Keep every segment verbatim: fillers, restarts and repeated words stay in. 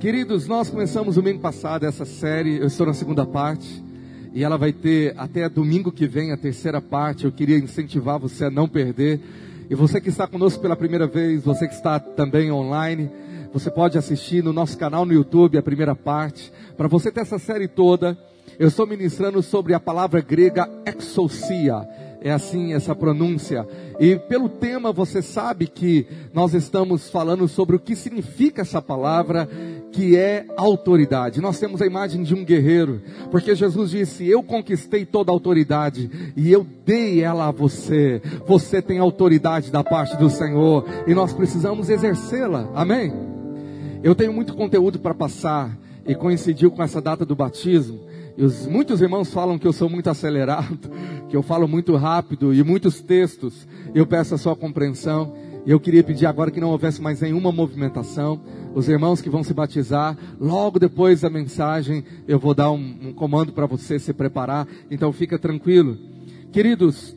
Queridos, nós começamos domingo passado essa série, eu estou na segunda parte, e ela vai ter até domingo que vem a terceira parte. Eu queria incentivar você a não perder. E você que está conosco pela primeira vez, você que está também online, você pode assistir no nosso canal no YouTube a primeira parte. Para você ter essa série toda, eu estou ministrando sobre a palavra grega exousia. É assim essa pronúncia. E pelo tema você sabe que nós estamos falando sobre o que significa essa palavra, que é autoridade. Nós temos a imagem de um guerreiro, porque Jesus disse: eu conquistei toda a autoridade e eu dei ela a você. Você tem autoridade da parte do Senhor e nós precisamos exercê-la. Amém? Eu tenho muito conteúdo para passar e coincidiu com essa data do batismo. E os, muitos irmãos falam que eu sou muito acelerado, que eu falo muito rápido e muitos textos. Eu peço a sua compreensão. E eu queria pedir agora que não houvesse mais nenhuma movimentação. Os irmãos que vão se batizar, logo depois da mensagem, eu vou dar um, um comando para você se preparar. Então fica tranquilo. Queridos,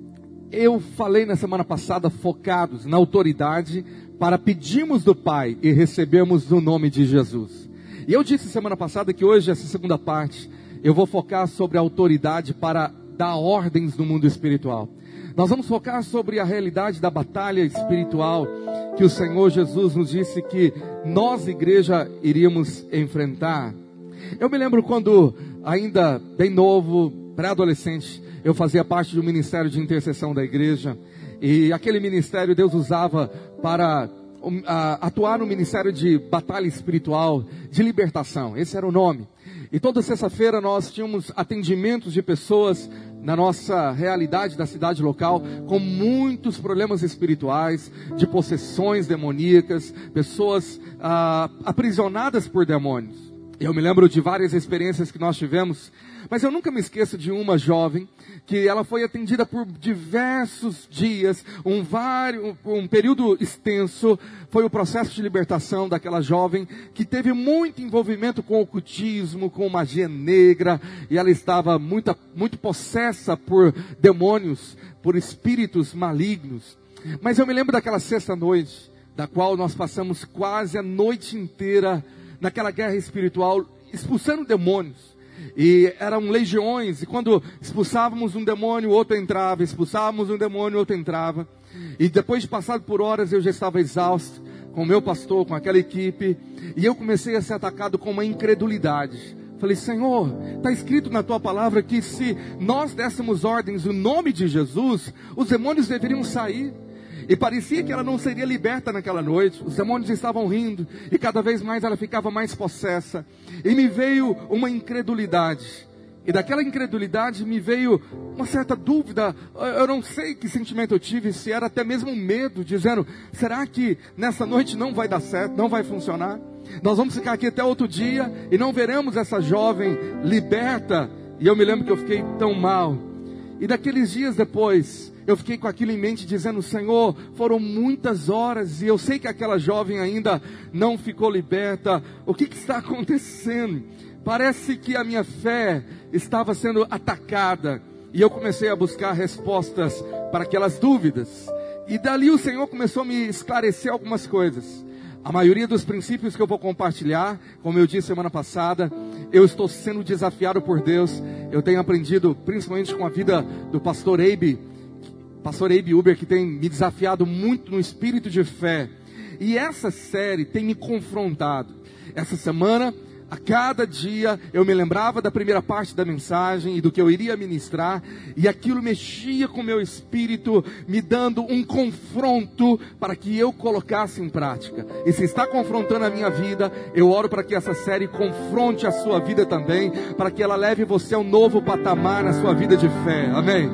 eu falei na semana passada focados na autoridade para pedirmos do Pai e recebermos no nome de Jesus. E eu disse semana passada que hoje, essa segunda parte, eu vou focar sobre a autoridade para dar ordens no mundo espiritual. Nós vamos focar sobre a realidade da batalha espiritual que o Senhor Jesus nos disse que nós, igreja, iríamos enfrentar. Eu me lembro quando, ainda bem novo, pré-adolescente, eu fazia parte do ministério de intercessão da igreja. E aquele ministério Deus usava para uh, atuar no ministério de batalha espiritual, de libertação. Esse era o nome. E toda sexta-feira nós tínhamos atendimentos de pessoas na nossa realidade da cidade local, com muitos problemas espirituais, de possessões demoníacas, pessoas ah, aprisionadas por demônios. Eu me lembro de várias experiências que nós tivemos, mas eu nunca me esqueço de uma jovem, que ela foi atendida por diversos dias, um, vário, um período extenso. Foi o processo de libertação daquela jovem, que teve muito envolvimento com ocultismo, com magia negra, e ela estava muito, muito possessa por demônios, por espíritos malignos. Mas eu me lembro daquela sexta noite, da qual nós passamos quase a noite inteira naquela guerra espiritual, expulsando demônios. E eram legiões, e quando expulsávamos um demônio, o outro entrava, expulsávamos um demônio, o outro entrava. E depois de passar por horas, eu já estava exausto, com o meu pastor, com aquela equipe, e eu comecei a ser atacado com uma incredulidade. Falei: Senhor, está escrito na tua palavra que se nós dessemos ordens no nome de Jesus, os demônios deveriam sair. E parecia que ela não seria liberta naquela noite. Os demônios estavam rindo, e cada vez mais ela ficava mais possessa. E me veio uma incredulidade. E daquela incredulidade me veio uma certa dúvida. Eu não sei que sentimento eu tive, se era até mesmo um medo, dizendo: será que nessa noite não vai dar certo, não vai funcionar? Nós vamos ficar aqui até outro dia e não veremos essa jovem liberta. E eu me lembro que eu fiquei tão mal. E daqueles dias depois, eu fiquei com aquilo em mente, dizendo: Senhor, foram muitas horas e eu sei que aquela jovem ainda não ficou liberta. O que, que está acontecendo? Parece que a minha fé estava sendo atacada. E eu comecei a buscar respostas para aquelas dúvidas. E dali o Senhor começou a me esclarecer algumas coisas. A maioria dos princípios que eu vou compartilhar, como eu disse semana passada, eu estou sendo desafiado por Deus. Eu tenho aprendido, principalmente com a vida do pastor Abe, pastor Abe Uber, que tem me desafiado muito no espírito de fé. E essa série tem me confrontado. Essa semana, a cada dia, eu me lembrava da primeira parte da mensagem e do que eu iria ministrar, e aquilo mexia com o meu espírito, me dando um confronto para que eu colocasse em prática. E se está confrontando a minha vida, eu oro para que essa série confronte a sua vida também, para que ela leve você a um novo patamar na sua vida de fé. Amém?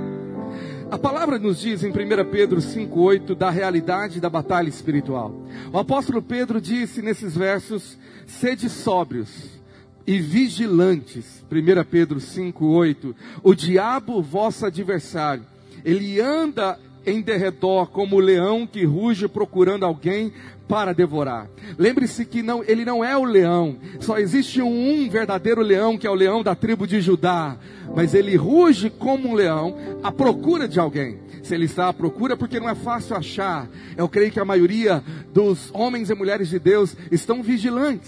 A palavra nos diz em primeira Pedro cinco, oito, da realidade da batalha espiritual. O apóstolo Pedro disse nesses versos: sede sóbrios e vigilantes. primeira Pedro cinco, oito. O diabo, vosso adversário, ele anda em derredor como o leão que ruge procurando alguém para devorar. Lembre-se que não, ele não é o leão. Só existe um verdadeiro leão, que é o leão da tribo de Judá. Mas ele ruge como um leão à procura de alguém. Se ele está à procura, porque não é fácil achar. Eu creio que a maioria dos homens e mulheres de Deus estão vigilantes.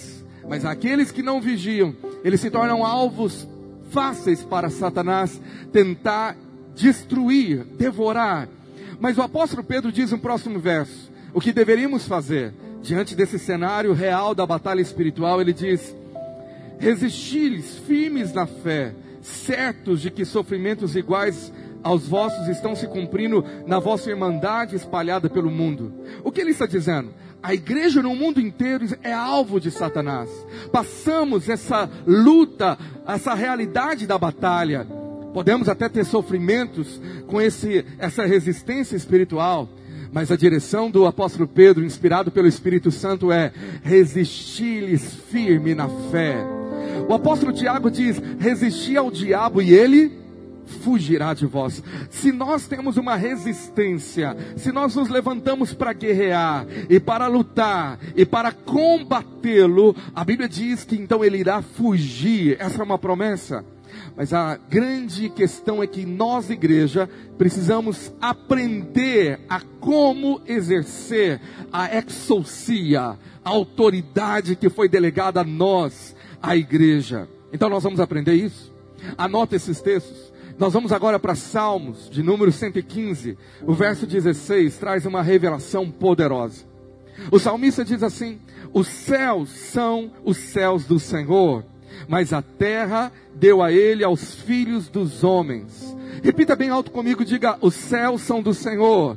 Mas aqueles que não vigiam, eles se tornam alvos fáceis para Satanás tentar destruir, devorar. Mas o apóstolo Pedro diz no próximo verso, o que deveríamos fazer diante desse cenário real da batalha espiritual. Ele diz: resisti-lhes firmes na fé, certos de que sofrimentos iguais aos vossos estão se cumprindo na vossa irmandade espalhada pelo mundo. O que ele está dizendo? A igreja no mundo inteiro é alvo de Satanás. Passamos essa luta, essa realidade da batalha. Podemos até ter sofrimentos com esse, essa resistência espiritual, mas a direção do apóstolo Pedro, inspirado pelo Espírito Santo, é resistir-lhes firme na fé. O apóstolo Tiago diz: resisti ao diabo e ele fugirá de vós. Se nós temos uma resistência, se nós nos levantamos para guerrear, e para lutar, e para combatê-lo, a Bíblia diz que então ele irá fugir. Essa é uma promessa. Mas a grande questão é que nós, igreja, precisamos aprender a como exercer a exousia, a autoridade que foi delegada a nós, a igreja. Então nós vamos aprender isso. Anota esses textos. Nós vamos agora para Salmos, de número cento e quinze, o verso dezesseis, traz uma revelação poderosa. O salmista diz assim: os céus são os céus do Senhor, mas a terra deu a ele aos filhos dos homens. Repita bem alto comigo, diga: os céus são do Senhor,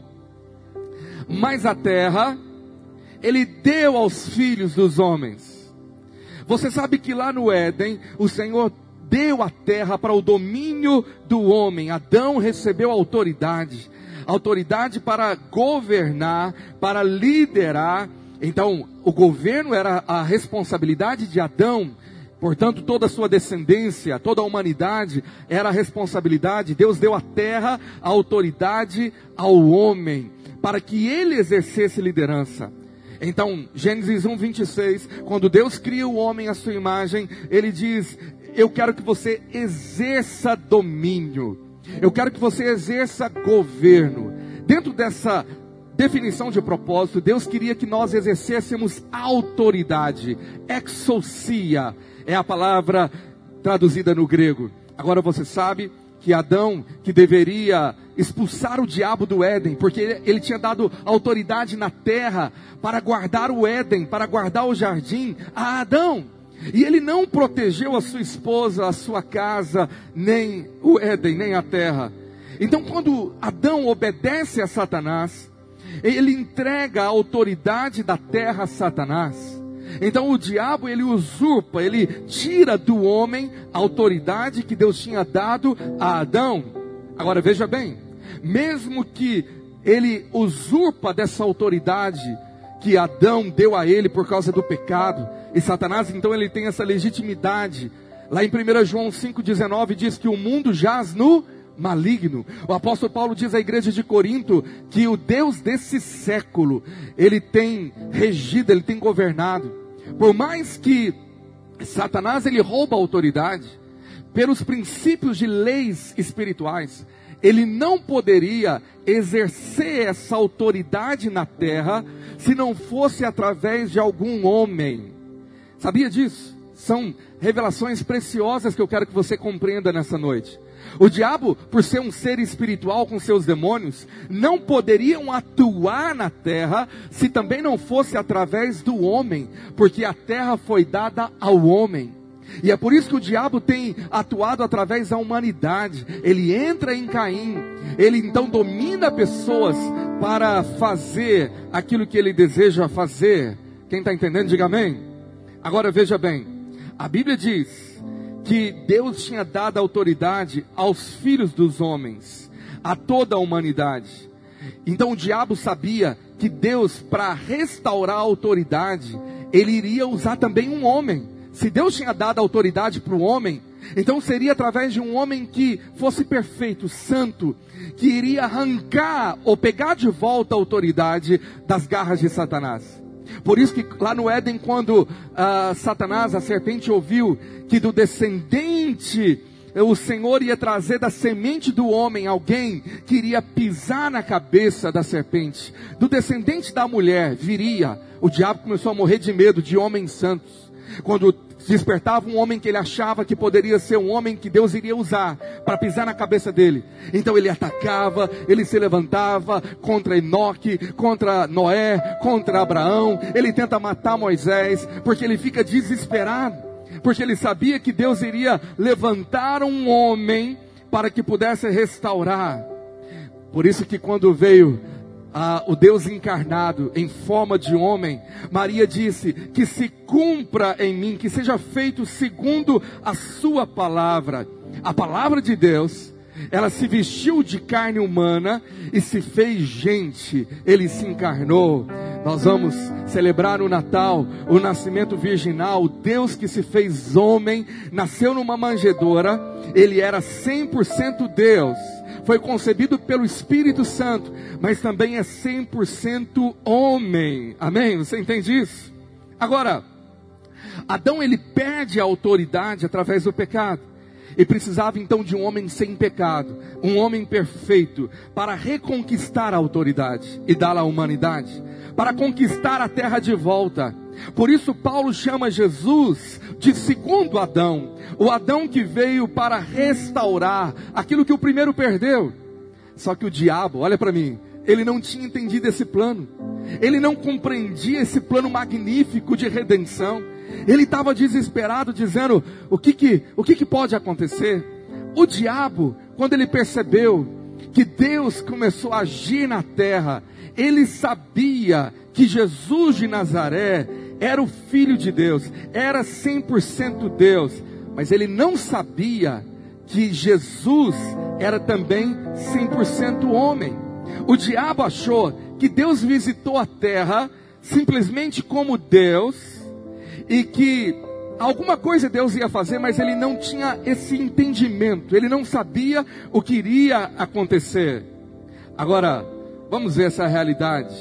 mas a terra ele deu aos filhos dos homens. Você sabe que lá no Éden, o Senhor deu a terra para o domínio do homem. Adão recebeu autoridade, autoridade para governar, para liderar. Então, o governo era a responsabilidade de Adão. Portanto, toda a sua descendência, toda a humanidade era a responsabilidade. Deus deu a terra, a autoridade ao homem, para que ele exercesse liderança. Então, Gênesis um, vinte e seis, quando Deus cria o homem à sua imagem, ele diz: eu quero que você exerça domínio, eu quero que você exerça governo. Dentro dessa definição de propósito, Deus queria que nós exercêssemos autoridade. Exousia é a palavra traduzida no grego. Agora você sabe que Adão, que deveria expulsar o diabo do Éden, porque ele, ele tinha dado autoridade na terra para guardar o Éden, para guardar o jardim a Adão. E ele não protegeu a sua esposa, a sua casa, nem o Éden, nem a terra. Então, quando Adão obedece a Satanás, ele entrega a autoridade da terra a Satanás. Então o diabo, ele usurpa, ele tira do homem a autoridade que Deus tinha dado a Adão. Agora veja bem, mesmo que ele usurpa dessa autoridade que Adão deu a ele por causa do pecado, e Satanás então ele tem essa legitimidade. Lá em primeira João cinco, dezenove diz que o mundo jaz no maligno. O apóstolo Paulo diz à igreja de Corinto que o Deus desse século, ele tem regido, ele tem governado. Por mais que Satanás ele rouba a autoridade, pelos princípios de leis espirituais, ele não poderia exercer essa autoridade na terra se não fosse através de algum homem. Sabia disso? São revelações preciosas que eu quero que você compreenda nessa noite. O diabo, por ser um ser espiritual com seus demônios, não poderiam atuar na terra se também não fosse através do homem, porque a terra foi dada ao homem. E é por isso que o diabo tem atuado através da humanidade. Ele entra em Caim, ele então domina pessoas para fazer aquilo que ele deseja fazer. Quem está entendendo, diga amém. Agora veja bem, a Bíblia diz que Deus tinha dado autoridade aos filhos dos homens, a toda a humanidade. Então o diabo sabia que Deus, para restaurar a autoridade, ele iria usar também um homem. Se Deus tinha dado autoridade para o homem, então seria através de um homem que fosse perfeito, santo, que iria arrancar ou pegar de volta a autoridade das garras de Satanás. Por isso que lá no Éden, quando uh, Satanás, a serpente, ouviu que do descendente, o Senhor ia trazer da semente do homem alguém que iria pisar na cabeça da serpente, do descendente da mulher viria, o diabo começou a morrer de medo de homens santos. Quando despertava um homem que ele achava que poderia ser um homem que Deus iria usar para pisar na cabeça dele, então ele atacava, ele se levantava contra Enoque, contra Noé, contra Abraão. Ele tenta matar Moisés, porque ele fica desesperado, porque ele sabia que Deus iria levantar um homem para que pudesse restaurar. Por isso que quando veio Ah, o Deus encarnado em forma de homem, Maria disse: que se cumpra em mim, que seja feito segundo a sua palavra. A palavra de Deus, ela se vestiu de carne humana e se fez gente. Ele se encarnou. Nós vamos celebrar o Natal, o nascimento virginal. O Deus que se fez homem, nasceu numa manjedoura. Ele era cem por cento Deus, foi concebido pelo Espírito Santo, mas também é cem por cento homem. Amém? Você entende isso? Agora, Adão ele perde a autoridade através do pecado, e precisava então de um homem sem pecado, um homem perfeito, para reconquistar a autoridade e dá-la à humanidade, para conquistar a terra de volta. Por isso Paulo chama Jesus de segundo Adão, o Adão que veio para restaurar aquilo que o primeiro perdeu. Só que o diabo, olha para mim, ele não tinha entendido esse plano, ele não compreendia esse plano magnífico de redenção. Ele estava desesperado, dizendo: o que que, o que que pode acontecer? O diabo, quando ele percebeu que Deus começou a agir na terra, ele sabia que Jesus de Nazaré era o Filho de Deus, era cem por cento Deus, mas ele não sabia que Jesus era também cem por cento homem. O diabo achou que Deus visitou a terra simplesmente como Deus, e que alguma coisa Deus ia fazer, mas ele não tinha esse entendimento, ele não sabia o que iria acontecer. Agora, vamos ver essa realidade.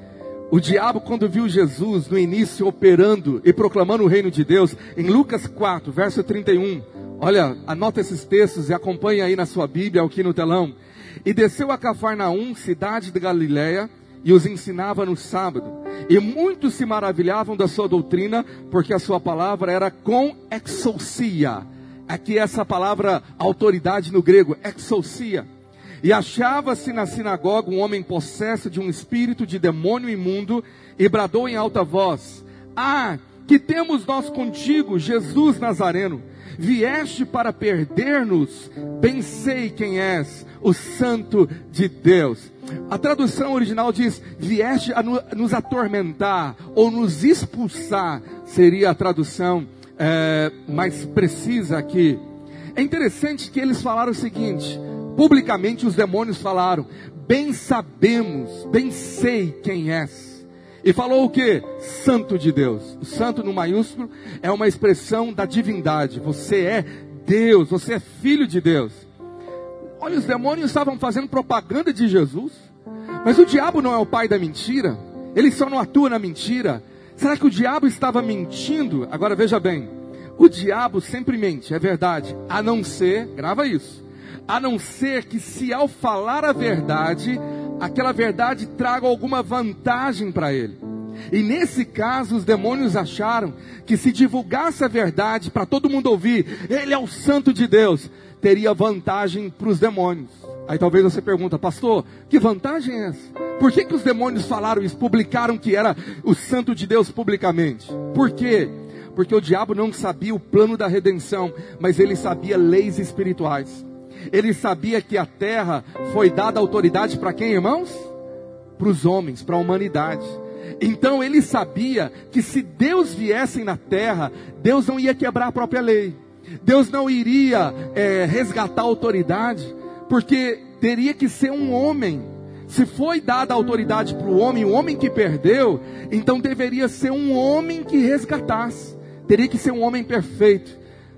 O diabo, quando viu Jesus no início operando e proclamando o reino de Deus, em Lucas quatro, verso trinta e um, olha, anota esses textos e acompanha aí na sua Bíblia, aqui no telão. E desceu a Cafarnaum, cidade de Galileia, e os ensinava no sábado. E muitos se maravilhavam da sua doutrina, porque a sua palavra era com exousia. Aqui essa palavra autoridade no grego, exousia. E achava-se na sinagoga um homem possesso de um espírito de demônio imundo, e bradou em alta voz: ah, que temos nós contigo, Jesus Nazareno? Vieste para perder-nos? Bem sei quem és, o Santo de Deus. A tradução original diz: vieste a nos atormentar ou nos expulsar, seria a tradução é, mais precisa aqui. É interessante que eles falaram o seguinte, publicamente os demônios falaram: bem sabemos, bem sei quem és. E falou o que? Santo de Deus. O santo no maiúsculo é uma expressão da divindade. Você é Deus, você é filho de Deus. Olha, os demônios estavam fazendo propaganda de Jesus. Mas o diabo não é o pai da mentira. Ele só não atua na mentira. Será que o diabo estava mentindo? Agora veja bem, o diabo sempre mente, é verdade. A não ser, grava isso, a não ser que se ao falar a verdade, aquela verdade traga alguma vantagem para ele. E nesse caso os demônios acharam que se divulgasse a verdade para todo mundo ouvir, ele é o santo de Deus, teria vantagem para os demônios. Aí talvez você pergunta: pastor, que vantagem é essa? Por que que os demônios falaram isso, publicaram que era o santo de Deus publicamente? Por quê? Porque o diabo não sabia o plano da redenção, mas ele sabia leis espirituais. Ele sabia que a terra foi dada autoridade para quem, irmãos? Para os homens, para a humanidade. Então ele sabia que se Deus viesse na terra, Deus não ia quebrar a própria lei. Deus não iria é, resgatar a autoridade, porque teria que ser um homem. Se foi dada a autoridade para o homem, o homem que perdeu, então deveria ser um homem que resgatasse. Teria que ser um homem perfeito.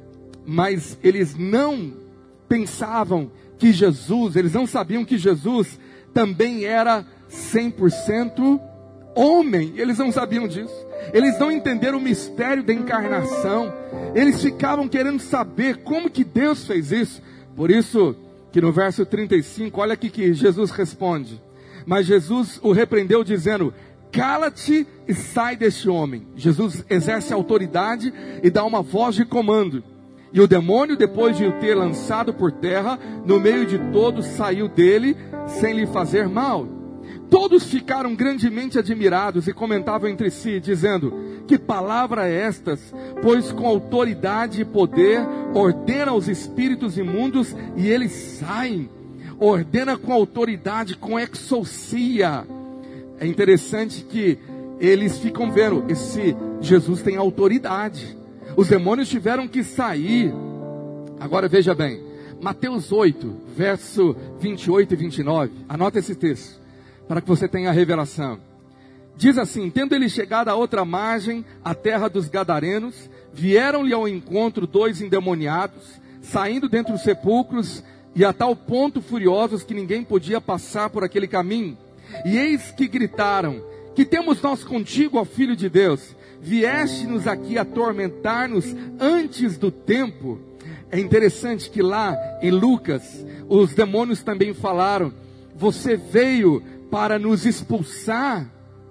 Mas eles não pensavam que Jesus, eles não sabiam que Jesus também era cem por cento homem. Eles não sabiam disso. Eles não entenderam o mistério da encarnação. Eles ficavam querendo saber como que Deus fez isso. Por isso que no verso trinta e cinco, olha aqui que Jesus responde: mas Jesus o repreendeu dizendo: cala-te e sai deste homem. Jesus exerce autoridade e dá uma voz de comando. E o demônio, depois de o ter lançado por terra, no meio de todos saiu dele, sem lhe fazer mal. Todos ficaram grandemente admirados e comentavam entre si, dizendo: que palavra é estas? Pois com autoridade e poder ordena aos espíritos imundos e eles saem. Ordena com autoridade, com exousia. É interessante que eles ficam vendo, esse Jesus tem autoridade. Os demônios tiveram que sair. Agora veja bem, Mateus oito, verso vinte e oito e vinte e nove. Anota esse texto, para que você tenha a revelação. Diz assim: tendo ele chegado à outra margem, a terra dos Gadarenos, vieram-lhe ao encontro dois endemoniados, saindo dentre os sepulcros, e a tal ponto furiosos que ninguém podia passar por aquele caminho. E eis que gritaram: que temos nós contigo, ó Filho de Deus? Vieste-nos aqui atormentar-nos antes do tempo. É interessante que lá em Lucas, os demônios também falaram: você veio para nos expulsar.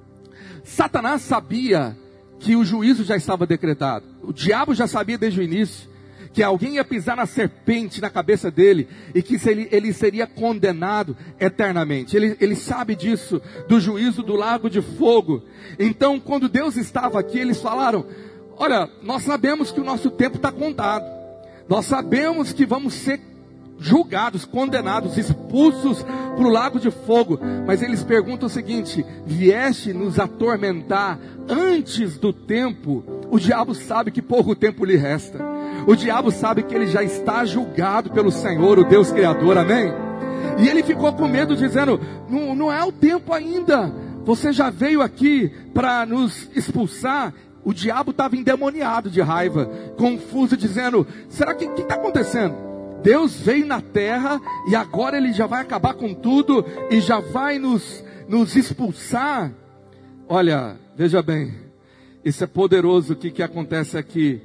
Satanás sabia que o juízo já estava decretado. O diabo já sabia desde o início que alguém ia pisar na serpente na cabeça dele, e que ele, ele seria condenado eternamente. Ele, ele sabe disso, do juízo do lago de fogo. Então, quando Deus estava aqui, eles falaram: olha, nós sabemos que o nosso tempo está contado. Nós sabemos que vamos ser julgados, condenados, expulsos para o lago de fogo. Mas eles perguntam o seguinte: vieste nos atormentar antes do tempo? O diabo sabe que pouco tempo lhe resta. O diabo sabe que ele já está julgado pelo Senhor, o Deus Criador, amém? E ele ficou com medo, dizendo: não, não é o tempo ainda. Você já veio aqui para nos expulsar. O diabo estava endemoniado de raiva, confuso, dizendo: será que está acontecendo? Deus veio na terra e agora ele já vai acabar com tudo e já vai nos, nos expulsar? Olha, veja bem, isso é poderoso. O que, que acontece aqui?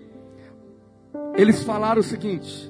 Eles falaram o seguinte: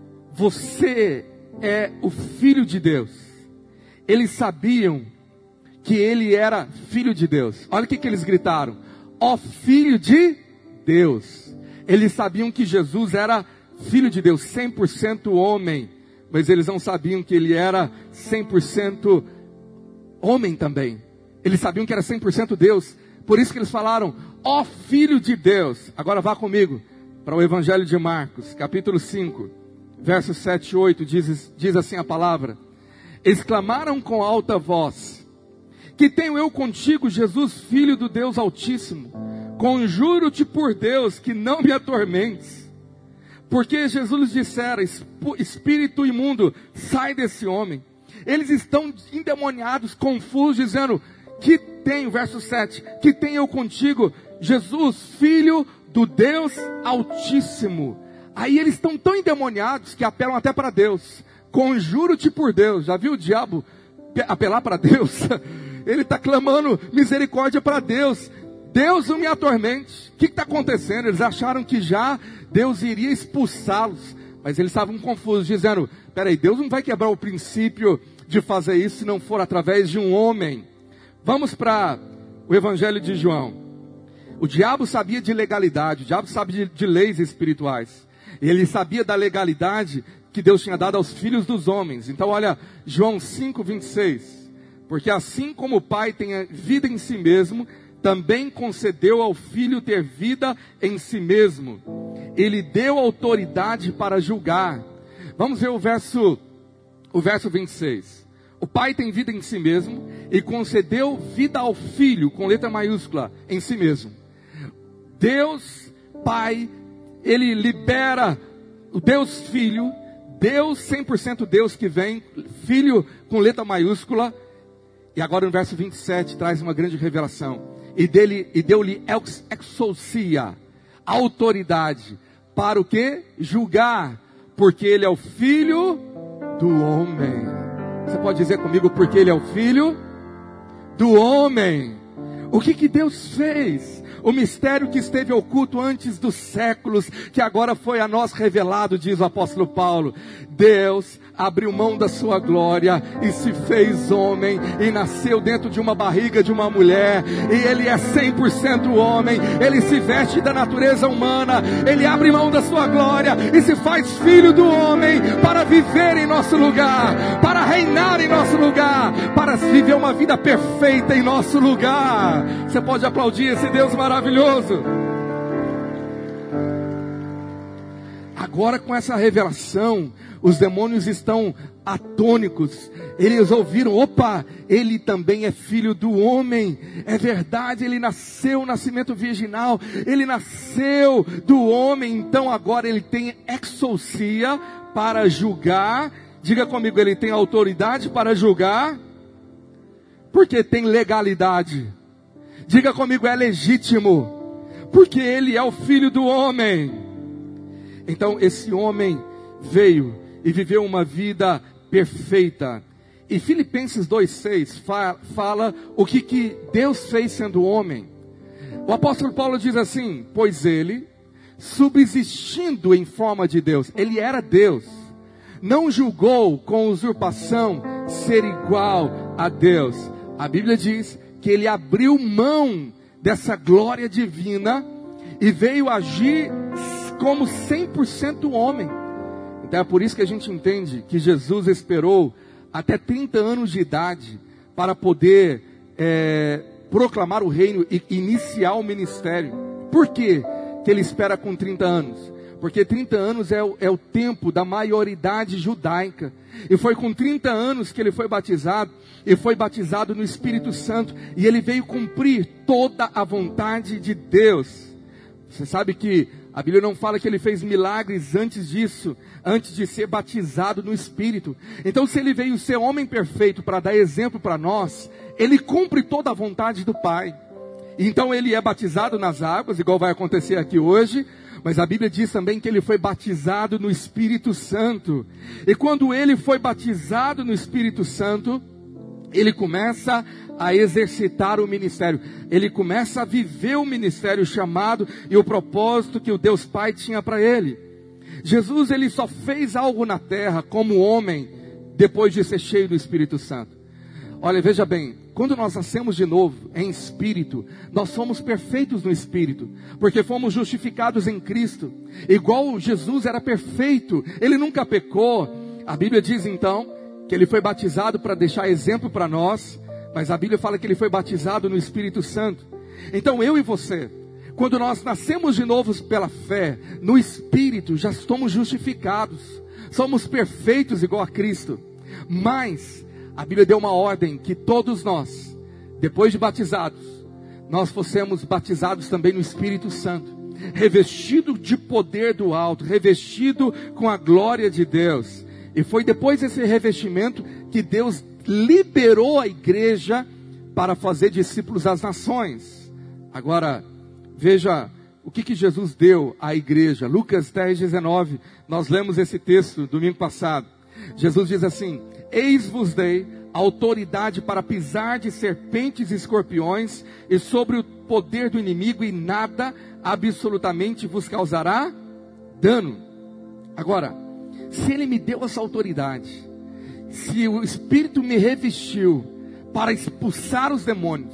você é o Filho de Deus. Eles sabiam que ele era Filho de Deus. Olha o que, que eles gritaram: ó Filho de Deus. Eles sabiam que Jesus era Filho de Deus, cem por cento homem. Mas eles não sabiam que ele era cem por cento homem também. Eles sabiam que era cem por cento Deus. Por isso que eles falaram: ó Filho de Deus. Agora vá comigo para o Evangelho de Marcos, capítulo cinco, versos sete e oito, diz, diz assim a palavra: exclamaram com alta voz: que tenho eu contigo, Jesus, Filho do Deus Altíssimo? Conjuro-te por Deus que não me atormentes. Porque Jesus lhes dissera: espírito imundo, sai desse homem. Eles estão endemoniados, confusos, dizendo: que tenho, verso sete, que tenho eu contigo, Jesus, Filho do Deus Altíssimo. Aí eles estão tão endemoniados que apelam até para Deus. Conjuro-te por Deus. Já viu o diabo apelar para Deus? Ele está clamando misericórdia para Deus. Deus, não me atormente. O que está acontecendo? Eles acharam que já Deus iria expulsá-los, mas eles estavam confusos, dizendo: peraí, Deus não vai quebrar o princípio de fazer isso se não for através de um homem. Vamos para o Evangelho de João. O diabo sabia de legalidade, o diabo sabe de, de leis espirituais. Ele sabia da legalidade que Deus tinha dado aos filhos dos homens. Então olha, João cinco, vinte e seis. Porque assim como o Pai tem vida em si mesmo, também concedeu ao Filho ter vida em si mesmo. Ele deu autoridade para julgar. Vamos ver o verso, o verso vinte e seis. O Pai tem vida em si mesmo e concedeu vida ao Filho, com letra maiúscula, em si mesmo. Deus Pai, Ele libera o Deus Filho, Deus cem por cento Deus que vem, Filho com letra maiúscula. E agora no verso vinte e sete traz uma grande revelação. E, dele, e deu-lhe ex, exousia, autoridade, para o quê? Julgar, porque ele é o Filho do homem. Você pode dizer comigo: porque ele é o Filho do homem. O que que Deus fez? O mistério que esteve oculto antes dos séculos, que agora foi a nós revelado, diz o apóstolo Paulo. Deus abriu mão da sua glória e se fez homem, e nasceu dentro de uma barriga de uma mulher, e ele é cem por cento homem, ele se veste da natureza humana, ele abre mão da sua glória e se faz filho do homem, para viver em nosso lugar, para reinar em nosso lugar, para viver uma vida perfeita em nosso lugar. Você pode aplaudir esse Deus maravilhoso? Agora, com essa revelação, os demônios estão atônicos. Eles ouviram, opa, ele também é filho do homem. É verdade, ele nasceu, nascimento virginal, ele nasceu do homem. Então agora ele tem exousia para julgar. Diga comigo, ele tem autoridade para julgar, porque tem legalidade. Diga comigo, é legítimo, porque ele é o filho do homem. Então esse homem veio e viveu uma vida perfeita. E Filipenses dois seis fa- fala o que, que Deus fez sendo homem. O apóstolo Paulo diz assim: pois ele, subsistindo em forma de Deus, ele era Deus, não julgou com usurpação ser igual a Deus. A Bíblia diz que ele abriu mão dessa glória divina e veio agir como cem por cento homem. Então é por isso que a gente entende que Jesus esperou até trinta anos de idade para poder é, proclamar o reino e iniciar o ministério. Por quê que ele espera com trinta anos? Porque trinta anos é o, é o tempo da maioridade judaica. E foi com trinta anos que ele foi batizado. E foi batizado no Espírito Santo. E ele veio cumprir toda a vontade de Deus. Você sabe que a Bíblia não fala que ele fez milagres antes disso, antes de ser batizado no Espírito. Então, se ele veio ser homem perfeito para dar exemplo para nós, ele cumpre toda a vontade do Pai. Então ele é batizado nas águas, igual vai acontecer aqui hoje. Mas a Bíblia diz também que ele foi batizado no Espírito Santo. E quando ele foi batizado no Espírito Santo, ele começa a exercitar o ministério. Ele começa a viver o ministério chamado e o propósito que o Deus Pai tinha para ele. Jesus, ele só fez algo na terra como homem depois de ser cheio do Espírito Santo. Olha, veja bem, quando nós nascemos de novo em espírito, nós somos perfeitos no espírito, porque fomos justificados em Cristo. Igual Jesus era perfeito, ele nunca pecou. A Bíblia diz então que ele foi batizado para deixar exemplo para nós, mas a Bíblia fala que ele foi batizado no Espírito Santo. Então eu e você, quando nós nascemos de novo pela fé, no Espírito, já somos justificados, somos perfeitos igual a Cristo. Mas a Bíblia deu uma ordem que todos nós, depois de batizados, nós fossemos batizados também no Espírito Santo, revestido de poder do alto, revestido com a glória de Deus. E foi depois desse revestimento que Deus liberou a igreja para fazer discípulos das nações. Agora, veja o que, que Jesus deu à igreja. Lucas dez, dezenove, nós lemos esse texto domingo passado. Jesus diz assim: eis-vos dei autoridade para pisar de serpentes e escorpiões e sobre o poder do inimigo, e nada absolutamente vos causará dano. Agora, se ele me deu essa autoridade, se o Espírito me revestiu para expulsar os demônios,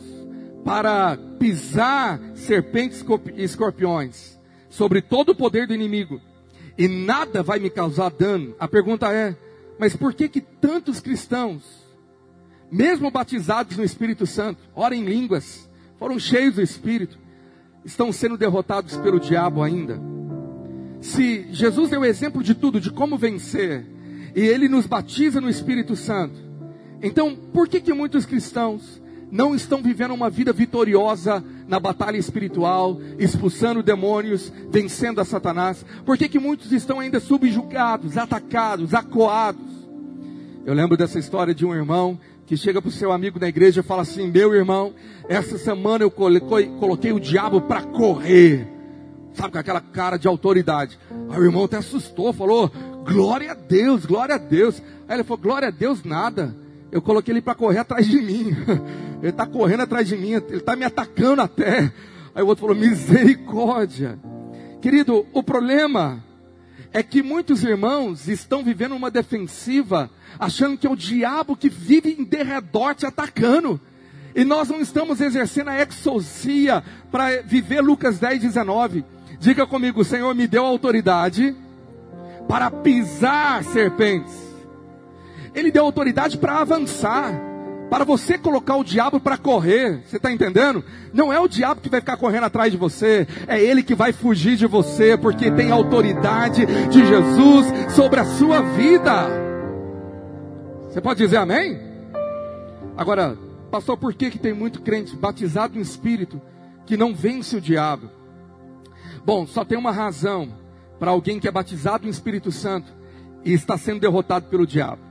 para pisar serpentes e escorpiões, sobre todo o poder do inimigo, e nada vai me causar dano, a pergunta é: mas por que que tantos cristãos, mesmo batizados no Espírito Santo, ora em línguas, foram cheios do Espírito, estão sendo derrotados pelo diabo ainda? Se Jesus deu exemplo de tudo, de como vencer, e ele nos batiza no Espírito Santo, então por que que muitos cristãos não estão vivendo uma vida vitoriosa na batalha espiritual, expulsando demônios, vencendo a Satanás? Por que que muitos estão ainda subjugados, atacados, acuados? Eu lembro dessa história de um irmão que chega para o seu amigo na igreja e fala assim: meu irmão, essa semana eu coloquei, coloquei o diabo para correr. Sabe, com aquela cara de autoridade. Aí o irmão até assustou, falou: glória a Deus, glória a Deus. Aí ele falou: glória a Deus nada, eu coloquei ele para correr atrás de mim. ele está correndo atrás de mim, ele está me atacando até. Aí o outro falou, misericórdia. Querido, o problema é que muitos irmãos estão vivendo uma defensiva, achando que é o diabo que vive em derredor te atacando. E nós não estamos exercendo a exousia para viver Lucas dez, dezenove. Diga comigo, o Senhor me deu autoridade para pisar serpentes. Ele deu autoridade para avançar, para você colocar o diabo para correr. Você está entendendo? Não é o diabo que vai ficar correndo atrás de você, é ele que vai fugir de você, porque tem autoridade de Jesus sobre a sua vida. Você pode dizer amém? Agora, pastor, por que que tem muito crente batizado no Espírito que não vence o diabo? Bom, só tem uma razão para alguém que é batizado no Espírito Santo e está sendo derrotado pelo diabo.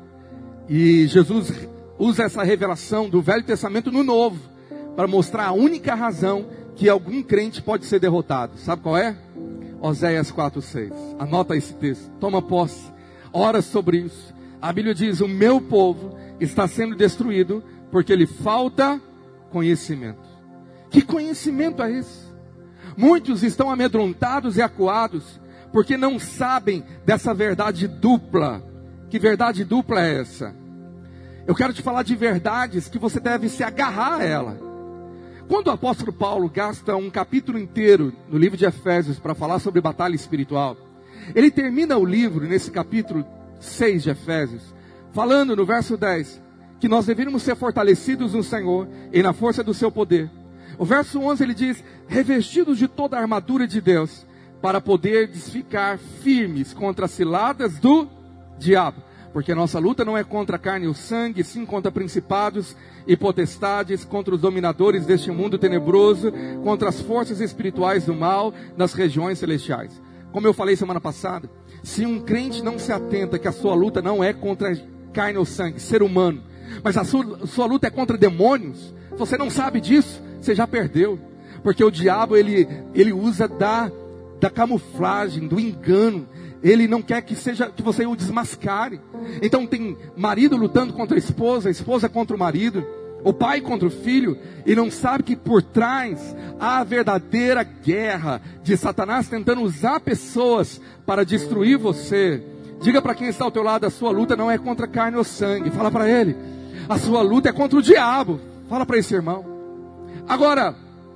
E Jesus usa essa revelação do Velho Testamento no Novo para mostrar a única razão que algum crente pode ser derrotado. Sabe qual é? Oséias quatro, seis. Anota esse texto, toma posse, ora sobre isso. A Bíblia diz, o meu povo está sendo destruído porque lhe falta conhecimento. Que conhecimento é esse? Muitos estão amedrontados e acuados porque não sabem dessa verdade dupla. Que verdade dupla é essa? Eu quero te falar de verdades que você deve se agarrar a ela. Quando o apóstolo Paulo gasta um capítulo inteiro no livro de Efésios para falar sobre batalha espiritual, ele termina o livro nesse capítulo seis de Efésios, falando no verso dez, que nós deveríamos ser fortalecidos no Senhor e na força do seu poder. O verso onze ele diz, revestidos de toda a armadura de Deus, para poder ficar firmes contra as ciladas do diabo. Porque a nossa luta não é contra a carne e o sangue, sim contra principados e potestades, contra os dominadores deste mundo tenebroso, contra as forças espirituais do mal nas regiões celestiais. Como eu falei semana passada, se um crente não se atenta que a sua luta não é contra carne ou sangue, ser humano, mas a sua, a sua luta é contra demônios, se você não sabe disso, você já perdeu. Porque o diabo ele, ele usa da, da camuflagem, do engano. Ele não quer que seja que você o desmascare. Então tem marido lutando contra a esposa, a esposa contra o marido, o pai contra o filho, e não sabe que por trás há a verdadeira guerra de Satanás tentando usar pessoas para destruir você. Diga para quem está ao teu lado, a sua luta não é contra carne ou sangue. Fala para ele, a sua luta é contra o diabo. Fala para esse irmão. Agora,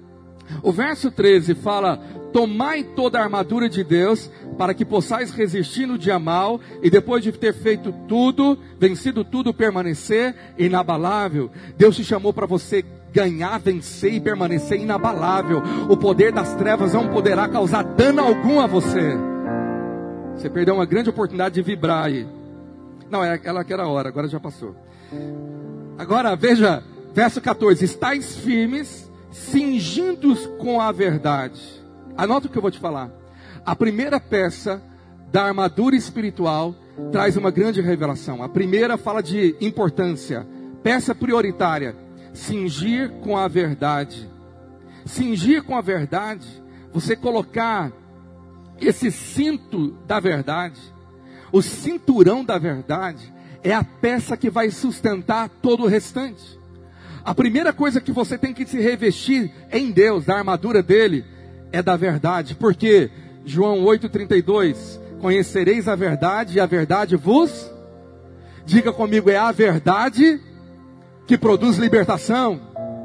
o verso treze fala, tomai toda a armadura de Deus, para que possais resistir no dia mal, e depois de ter feito tudo, vencido tudo, permanecer inabalável. Deus te chamou para você ganhar, vencer e permanecer inabalável. O poder das trevas não poderá causar dano algum a você. Você perdeu uma grande oportunidade de vibrar aí. Não, é aquela que era a hora, agora já passou. Agora veja, verso quatorze, estais firmes, cingindo-os com a verdade. Anota o que eu vou te falar. A primeira peça da armadura espiritual traz uma grande revelação. A primeira fala de importância. Peça prioritária. Cingir com a verdade. Cingir com a verdade. Você colocar esse cinto da verdade. O cinturão da verdade é a peça que vai sustentar todo o restante. A primeira coisa que você tem que se revestir em Deus, da armadura dele, é da verdade. Porque João oito, trinta e dois, conhecereis a verdade e a verdade vos... Diga comigo, é a verdade que produz libertação.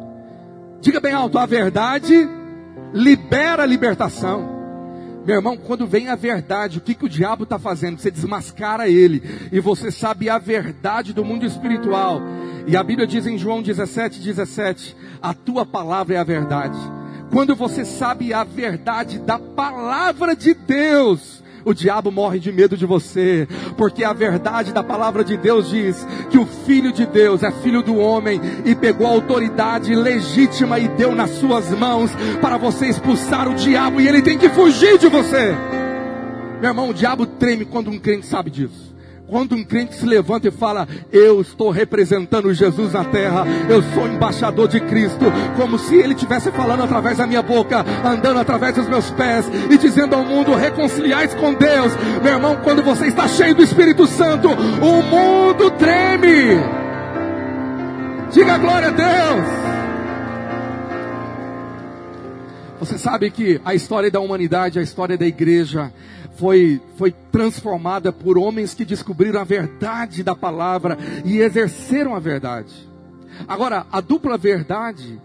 Diga bem alto, a verdade libera a libertação. Meu irmão, quando vem a verdade, o que, que o diabo está fazendo? Você desmascara ele, e você sabe a verdade do mundo espiritual. E a Bíblia diz em João dezessete, dezessete, a tua palavra é a verdade. Quando você sabe a verdade da palavra de Deus, o diabo morre de medo de você, porque a verdade da palavra de Deus diz que o Filho de Deus é filho do homem e pegou a autoridade legítima e deu nas suas mãos para você expulsar o diabo, e ele tem que fugir de você. Meu irmão, o diabo treme quando um crente sabe disso. Quando um crente se levanta e fala, eu estou representando Jesus na terra, eu sou embaixador de Cristo, como se ele estivesse falando através da minha boca, andando através dos meus pés, e dizendo ao mundo, reconciliais com Deus. Meu irmão, quando você está cheio do Espírito Santo, o mundo treme. Diga glória a Deus. Você sabe que a história da humanidade, a história da igreja, foi, foi transformada por homens que descobriram a verdade da palavra e exerceram a verdade. Agora, a dupla verdade,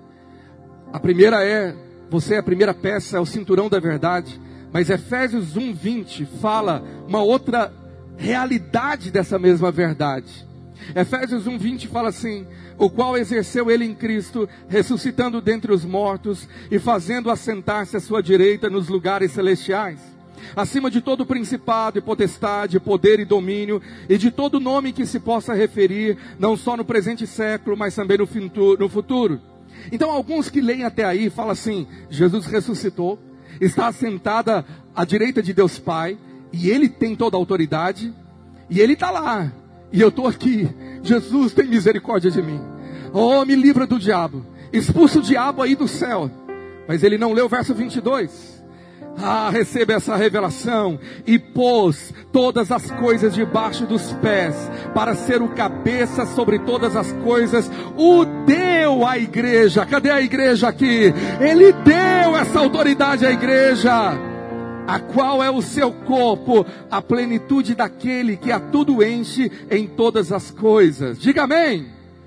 a primeira é, você é a primeira peça, é o cinturão da verdade, mas Efésios um, vinte fala uma outra realidade dessa mesma verdade. Efésios um, vinte fala assim: o qual exerceu ele em Cristo, ressuscitando dentre os mortos e fazendo assentar-se à sua direita nos lugares celestiais, acima de todo principado e potestade, poder e domínio, e de todo nome que se possa referir, não só no presente século, mas também no futuro. Então alguns que leem até aí, falam assim: Jesus ressuscitou, está assentada à direita de Deus Pai, e Ele tem toda a autoridade, e Ele está lá, e eu estou aqui. Jesus, tem misericórdia de mim. Oh, me livra do diabo. Expulsa o diabo aí do céu. Mas ele não leu o verso vinte e dois. Ah, receba essa revelação. E pôs todas as coisas debaixo dos pés, para ser o cabeça sobre todas as coisas. O deu à igreja. Cadê a igreja aqui? Ele deu essa autoridade à igreja, a qual é o seu corpo, a plenitude daquele que a tudo enche em todas as coisas. Diga amém.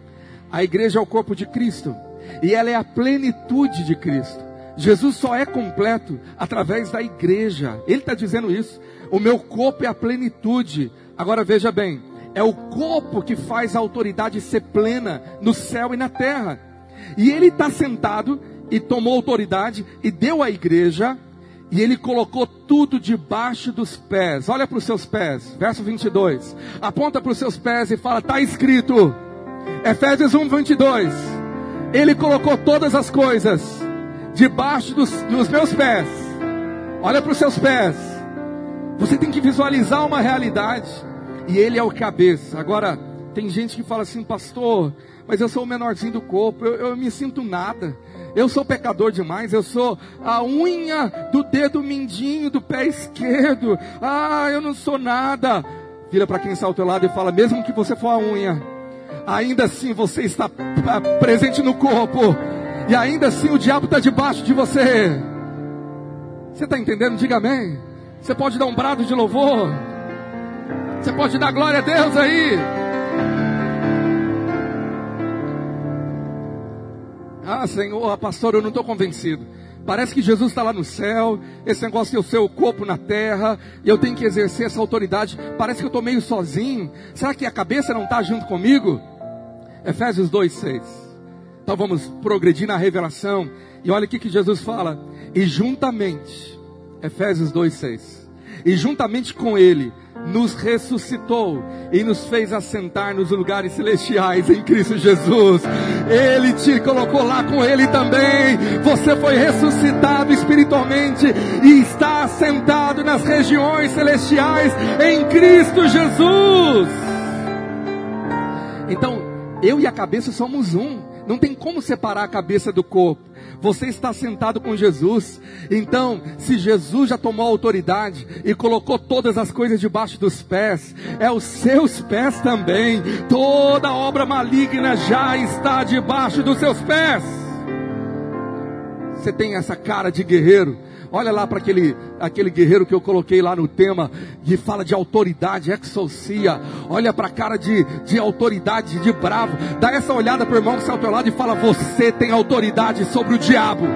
A igreja é o corpo de Cristo, e ela é a plenitude de Cristo. Jesus só é completo através da igreja. Ele está dizendo isso: o meu corpo é a plenitude. Agora veja bem, é o corpo que faz a autoridade ser plena no céu e na terra. E ele está sentado e tomou autoridade e deu à igreja. E ele colocou tudo debaixo dos pés. Olha para os seus pés, verso vinte e dois. Aponta para os seus pés e fala: está escrito. Efésios um, vinte e dois. Ele colocou todas as coisas debaixo dos, dos meus pés. Olha para os seus pés. Você tem que visualizar uma realidade. E ele é o cabeça. Agora, tem gente que fala assim: pastor, mas eu sou o menorzinho do corpo, eu, eu me sinto nada. Eu sou pecador demais, eu sou a unha do dedo mindinho do pé esquerdo. Ah, eu não sou nada. Vira para quem está ao teu lado e fala: mesmo que você for a unha, ainda assim você está presente no corpo. E ainda assim o diabo está debaixo de você. Você está entendendo? Diga amém. Você pode dar um brado de louvor. Você pode dar glória a Deus aí. Ah, Senhor, pastor, eu não estou convencido. Parece que Jesus está lá no céu, esse negócio de eu ser o corpo na terra, e eu tenho que exercer essa autoridade. Parece que eu estou meio sozinho. Será que a cabeça não está junto comigo? Efésios dois, seis. Então vamos progredir na revelação. E olha o que Jesus fala. E juntamente, Efésios dois, seis. E juntamente com Ele, nos ressuscitou e nos fez assentar nos lugares celestiais em Cristo Jesus. Ele te colocou lá com Ele também. Você foi ressuscitado espiritualmente e está assentado nas regiões celestiais em Cristo Jesus. Então, eu e a cabeça somos um. Não tem como separar a cabeça do corpo. Você está sentado com Jesus. Então, se Jesus já tomou a autoridade e colocou todas as coisas debaixo dos pés, é os seus pés também. Toda obra maligna já está debaixo dos seus pés. Você tem essa cara de guerreiro. Olha lá para aquele, aquele guerreiro que eu coloquei lá no tema, que fala de autoridade, exousia. Olha para a cara de, de autoridade, de bravo. Dá essa olhada para o irmão que está ao teu lado e fala: você tem autoridade sobre o diabo.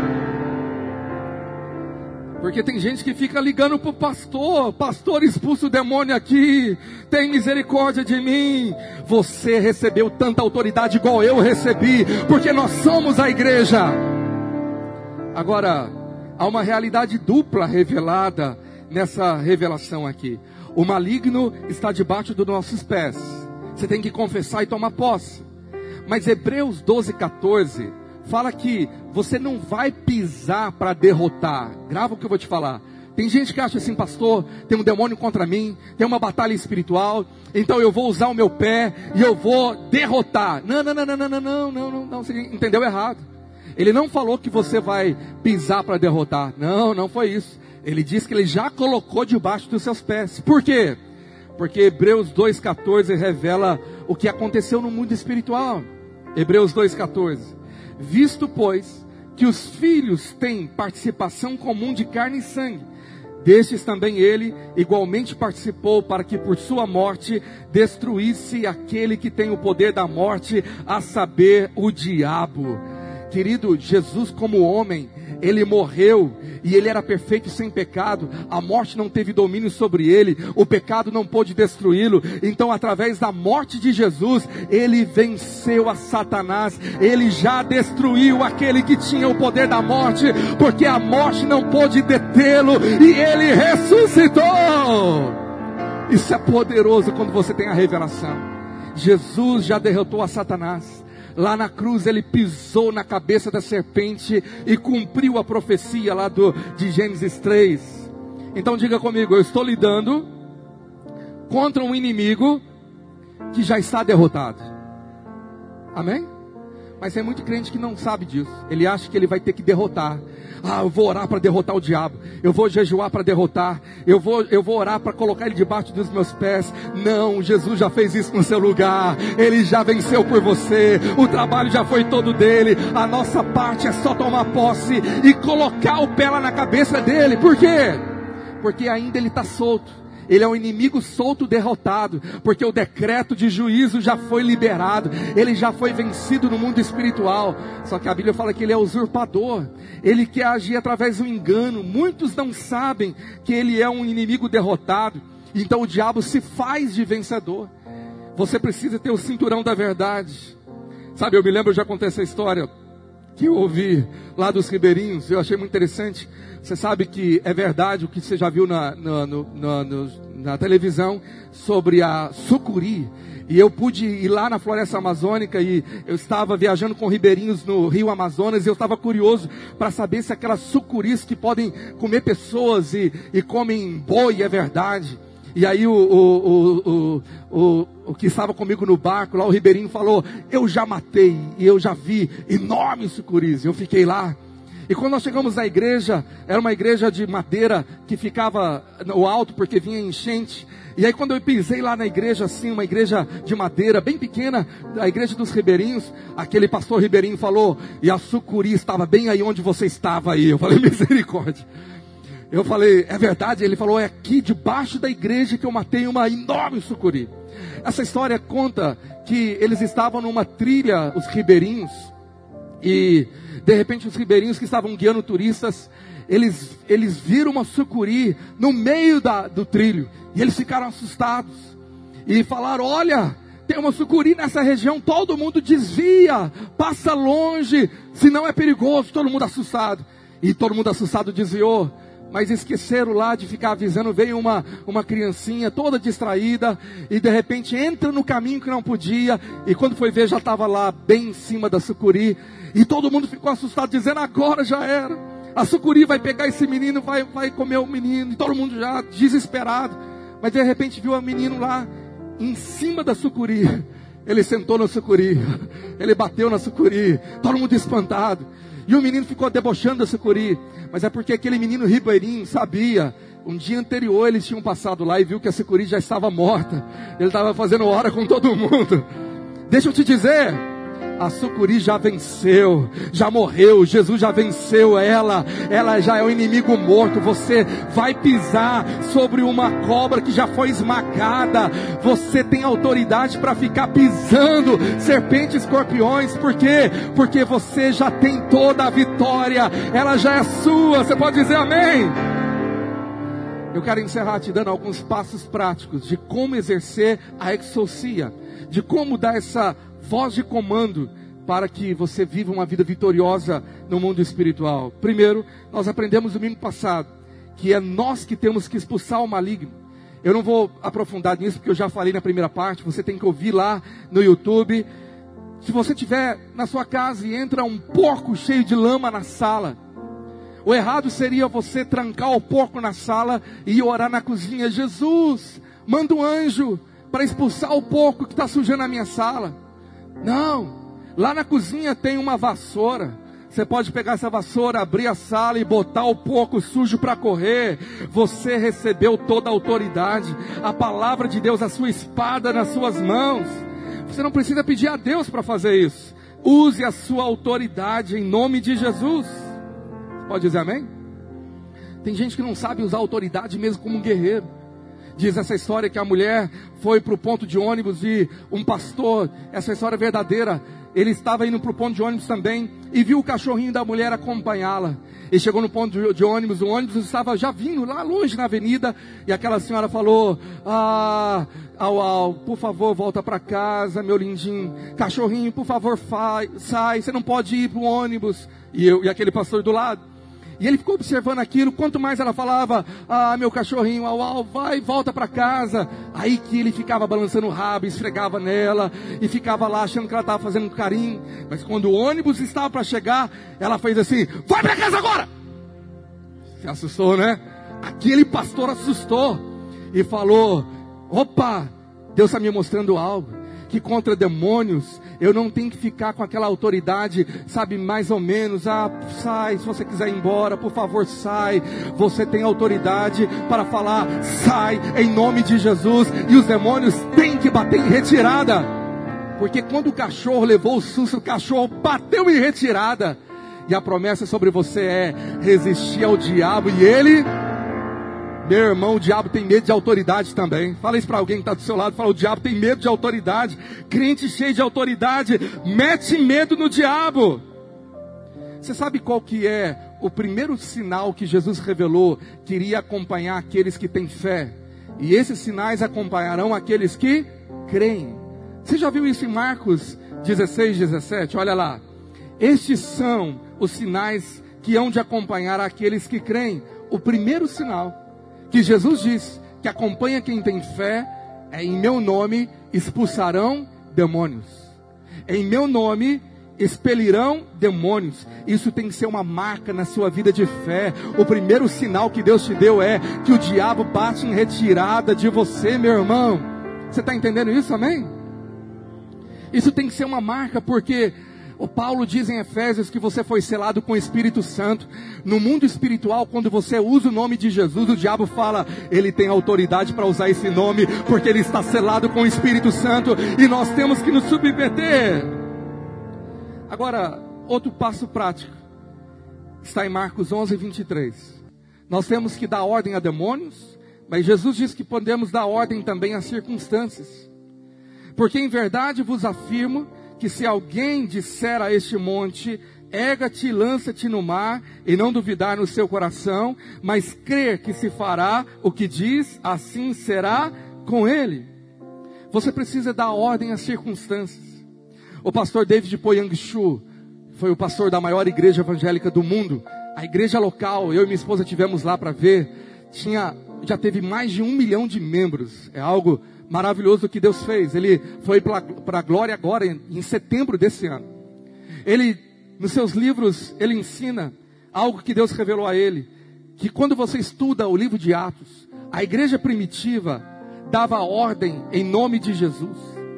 Porque tem gente que fica ligando para o pastor: pastor, expulsa o demônio aqui, tem misericórdia de mim. Você recebeu tanta autoridade igual eu recebi, porque nós somos a igreja. Agora, há uma realidade dupla revelada nessa revelação aqui. O maligno está debaixo dos nossos pés. Você tem que confessar e tomar posse. Mas Hebreus doze, quatorze fala que você não vai pisar para derrotar. Grava o que eu vou te falar. Tem gente que acha assim: pastor, tem um demônio contra mim, tem uma batalha espiritual, então eu vou usar o meu pé e eu vou derrotar. Não, não, não, não, não, não, não, não, não, não, você entendeu errado. Ele não falou que você vai pisar para derrotar. Não, não foi isso. Ele disse que ele já colocou debaixo dos seus pés. Por quê? Porque Hebreus dois, quatorze revela o que aconteceu no mundo espiritual. Hebreus dois, quatorze. Visto, pois, que os filhos têm participação comum de carne e sangue, destes também ele igualmente participou, para que por sua morte destruísse aquele que tem o poder da morte, a saber, o diabo. Querido, Jesus como homem, ele morreu e ele era perfeito e sem pecado. A morte não teve domínio sobre ele, o pecado não pôde destruí-lo. Então, através da morte de Jesus, ele venceu a Satanás. Ele já destruiu aquele que tinha o poder da morte, porque a morte não pôde detê-lo, e ele ressuscitou. Isso é poderoso quando você tem a revelação. Jesus já derrotou a Satanás. Lá na cruz ele pisou na cabeça da serpente e cumpriu a profecia lá do, de Gênesis três. Então diga comigo, eu estou lidando contra um inimigo que já está derrotado. Amém? Mas tem muito crente que não sabe disso. Ele acha que ele vai ter que derrotar. Ah, eu vou orar para derrotar o diabo. Eu vou jejuar para derrotar. Eu vou, eu vou orar para colocar ele debaixo dos meus pés. Não, Jesus já fez isso no seu lugar. Ele já venceu por você. O trabalho já foi todo dele. A nossa parte é só tomar posse e colocar o pé lá na cabeça dele. Por quê? Porque ainda ele está solto. Ele é um inimigo solto, derrotado, porque o decreto de juízo já foi liberado, ele já foi vencido no mundo espiritual. Só que a Bíblia fala que ele é usurpador, ele quer agir através do engano. Muitos não sabem que ele é um inimigo derrotado, então o diabo se faz de vencedor. Você precisa ter o cinturão da verdade. Sabe, eu me lembro, eu já contei essa história que eu ouvi lá dos ribeirinhos, eu achei muito interessante. Você sabe que é verdade o que você já viu na, na, no, na, no, na televisão sobre a sucuri. E eu pude ir lá na floresta amazônica e eu estava viajando com ribeirinhos no rio Amazonas. E eu estava curioso para saber se aquelas sucuris que podem comer pessoas e, e comem boi, é verdade. E aí o, o, o, o, o, o que estava comigo no barco, lá o ribeirinho falou, eu já matei e eu já vi enormes sucuris. Eu fiquei lá. E quando nós chegamos na igreja, era uma igreja de madeira que ficava no alto porque vinha enchente. E aí quando eu pisei lá na igreja, assim, uma igreja de madeira bem pequena, a igreja dos ribeirinhos, aquele pastor ribeirinho falou, e a sucuri estava bem aí onde você estava aí. Eu falei, misericórdia. Eu falei, é verdade? Ele falou, é aqui debaixo da igreja que eu matei uma enorme sucuri. Essa história conta que eles estavam numa trilha, os ribeirinhos, e de repente os ribeirinhos que estavam guiando turistas, eles, eles viram uma sucuri no meio da, do trilho, e eles ficaram assustados, e falaram, olha, tem uma sucuri nessa região, todo mundo desvia, passa longe, senão é perigoso. Todo mundo assustado, e todo mundo assustado desviou. Mas esqueceram lá de ficar avisando. Veio uma, uma criancinha toda distraída, e de repente entra no caminho que não podia, e quando foi ver já estava lá bem em cima da sucuri, e todo mundo ficou assustado, dizendo, agora já era, a sucuri vai pegar esse menino, vai, vai comer o menino, e todo mundo já desesperado. Mas de repente viu o menino lá, em cima da sucuri. Ele sentou na sucuri, ele bateu na sucuri, todo mundo espantado. E o menino ficou debochando da sucuri. Mas é porque aquele menino ribeirinho sabia. Um dia anterior eles tinham passado lá e viu que a sucuri já estava morta. Ele estava fazendo hora com todo mundo. Deixa eu te dizer, a sucuri já venceu, já morreu. Jesus já venceu ela. Ela já é um inimigo morto. Você vai pisar sobre uma cobra que já foi esmagada. Você tem autoridade para ficar pisando serpentes, escorpiões. Por quê? Porque você já tem toda a vitória. Ela já é sua. Você pode dizer amém? Eu quero encerrar te dando alguns passos práticos de como exercer a exousia, de como dar essa voz de comando para que você viva uma vida vitoriosa no mundo espiritual. Primeiro, nós aprendemos domingo passado que é nós que temos que expulsar o maligno. Eu não vou aprofundar nisso porque eu já falei na primeira parte. Você tem que ouvir lá no YouTube. Se você estiver na sua casa e entra um porco cheio de lama na sala, o errado seria você trancar o porco na sala e orar na cozinha, Jesus, manda um anjo para expulsar o porco que está sujando a minha sala. Não, lá na cozinha tem uma vassoura. Você pode pegar essa vassoura, abrir a sala e botar o porco sujo para correr. Você recebeu toda a autoridade, a palavra de Deus, a sua espada nas suas mãos. Você não precisa pedir a Deus para fazer isso. use a sua autoridade em nome de Jesus. Pode dizer amém? Tem gente que não sabe usar autoridade mesmo como um guerreiro. Diz essa história que a mulher foi para o ponto de ônibus e um pastor, essa história é verdadeira, ele estava indo para o ponto de ônibus também e viu o cachorrinho da mulher acompanhá-la. E chegou no ponto de, de ônibus, o ônibus estava já vindo lá longe na avenida e aquela senhora falou: ah, au, au, por favor, volta para casa, meu lindinho. Cachorrinho, por favor, fai, sai, você não pode ir para o ônibus. E, eu, e aquele pastor do lado. E ele ficou observando aquilo. Quanto mais ela falava: ah, meu cachorrinho, au, au, vai, volta para casa. Aí que ele ficava balançando o rabo, esfregava nela e ficava lá achando que ela estava fazendo um carinho. Mas quando o ônibus estava para chegar, ela fez assim: vai para casa agora. Se assustou, né? Aquele pastor assustou e falou: opa, Deus está me mostrando algo, que contra demônios eu não tenho que ficar com aquela autoridade, sabe, mais ou menos, ah, sai, se você quiser ir embora, por favor, sai. Você tem autoridade para falar: sai, em nome de Jesus. E os demônios têm que bater em retirada, porque quando o cachorro levou o susto, o cachorro bateu em retirada. E a promessa sobre você é resistir ao diabo e ele... Meu irmão, o diabo tem medo de autoridade também. Fala isso para alguém que está do seu lado. Fala: o diabo tem medo de autoridade. Crente cheio de autoridade mete medo no diabo. Você sabe qual que é o primeiro sinal que Jesus revelou que iria acompanhar aqueles que têm fé? E esses sinais acompanharão aqueles que creem. Você já viu isso em Marcos dezesseis, dezessete? Olha lá. Estes são os sinais que hão de acompanhar aqueles que creem. O primeiro sinal que Jesus diz que acompanha quem tem fé é: em meu nome expulsarão demônios, em meu nome expelirão demônios. Isso tem que ser uma marca na sua vida de fé. O primeiro sinal que Deus te deu é que o diabo bate em retirada de você, meu irmão. Você está entendendo isso, amém? Isso tem que ser uma marca, porque o Paulo diz em Efésios que você foi selado com o Espírito Santo. No mundo espiritual, quando você usa o nome de Jesus, o diabo fala: ele tem autoridade para usar esse nome, porque ele está selado com o Espírito Santo, e nós temos que nos submeter. Agora, outro passo prático está em Marcos onze, vinte e três. Nós temos que dar ordem a demônios, mas Jesus diz que podemos dar ordem também às circunstâncias. Porque em verdade vos afirmo que se alguém disser a este monte: erga-te e lança-te no mar, e não duvidar no seu coração, mas crer que se fará o que diz, assim será com ele. Você precisa dar ordem às circunstâncias. O pastor David Poyang-Chu foi o pastor da maior igreja evangélica do mundo. A igreja local, eu e minha esposa tivemos lá para ver, tinha, já teve mais de um milhão de membros. É algo maravilhoso que Deus fez. Ele foi para a glória agora em, em setembro desse ano. Ele, nos seus livros, ele ensina algo que Deus revelou a ele, que quando você estuda o livro de Atos, a igreja primitiva dava ordem em nome de Jesus.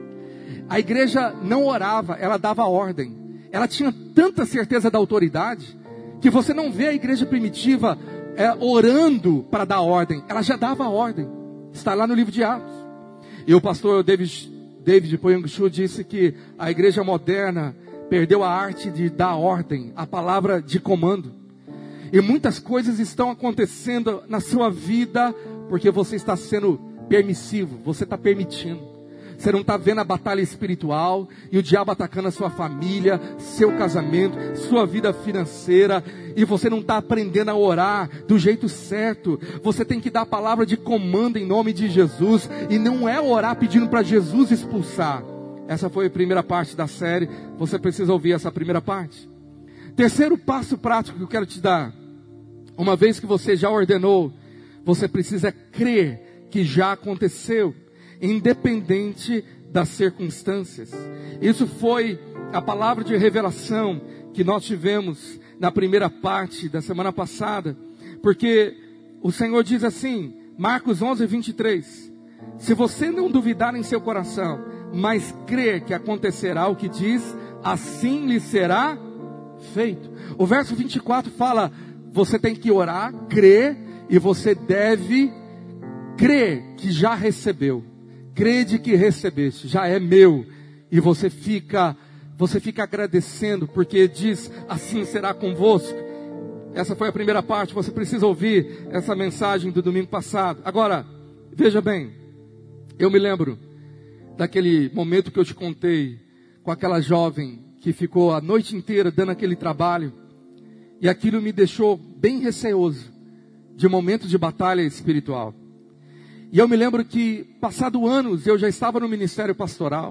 A igreja não orava, ela dava ordem. Ela tinha tanta certeza da autoridade que você não vê a igreja primitiva é, orando para dar ordem. Ela já dava ordem. Está lá no livro de Atos. E o pastor David, David Poyang-Chu disse que a igreja moderna perdeu a arte de dar ordem, a palavra de comando. E muitas coisas estão acontecendo na sua vida porque você está sendo permissivo, você está permitindo. Você não está vendo a batalha espiritual e o diabo atacando a sua família, seu casamento, sua vida financeira, e você não está aprendendo a orar do jeito certo. Você tem que dar a palavra de comando em nome de Jesus, e não é orar pedindo para Jesus expulsar. Essa foi a primeira parte da série. Você precisa ouvir essa primeira parte. Terceiro passo prático que eu quero te dar: uma vez que você já ordenou, você precisa crer que já aconteceu, independente das circunstâncias. Isso foi a palavra de revelação que nós tivemos na primeira parte da semana passada, porque o Senhor diz assim, Marcos onze, vinte e três: se você não duvidar em seu coração, mas crer que acontecerá o que diz, assim lhe será feito. O verso vinte e quatro fala: você tem que orar, crer, e você deve crer que já recebeu. Crede que recebeste, já é meu. E você fica você fica agradecendo, porque diz, assim será convosco. Essa foi a primeira parte, você precisa ouvir essa mensagem do domingo passado. Agora, veja bem, eu me lembro daquele momento que eu te contei, com aquela jovem que ficou a noite inteira dando aquele trabalho, e aquilo me deixou bem receoso, de um momento de batalha espiritual. E eu me lembro que, passado anos, eu já estava no ministério pastoral.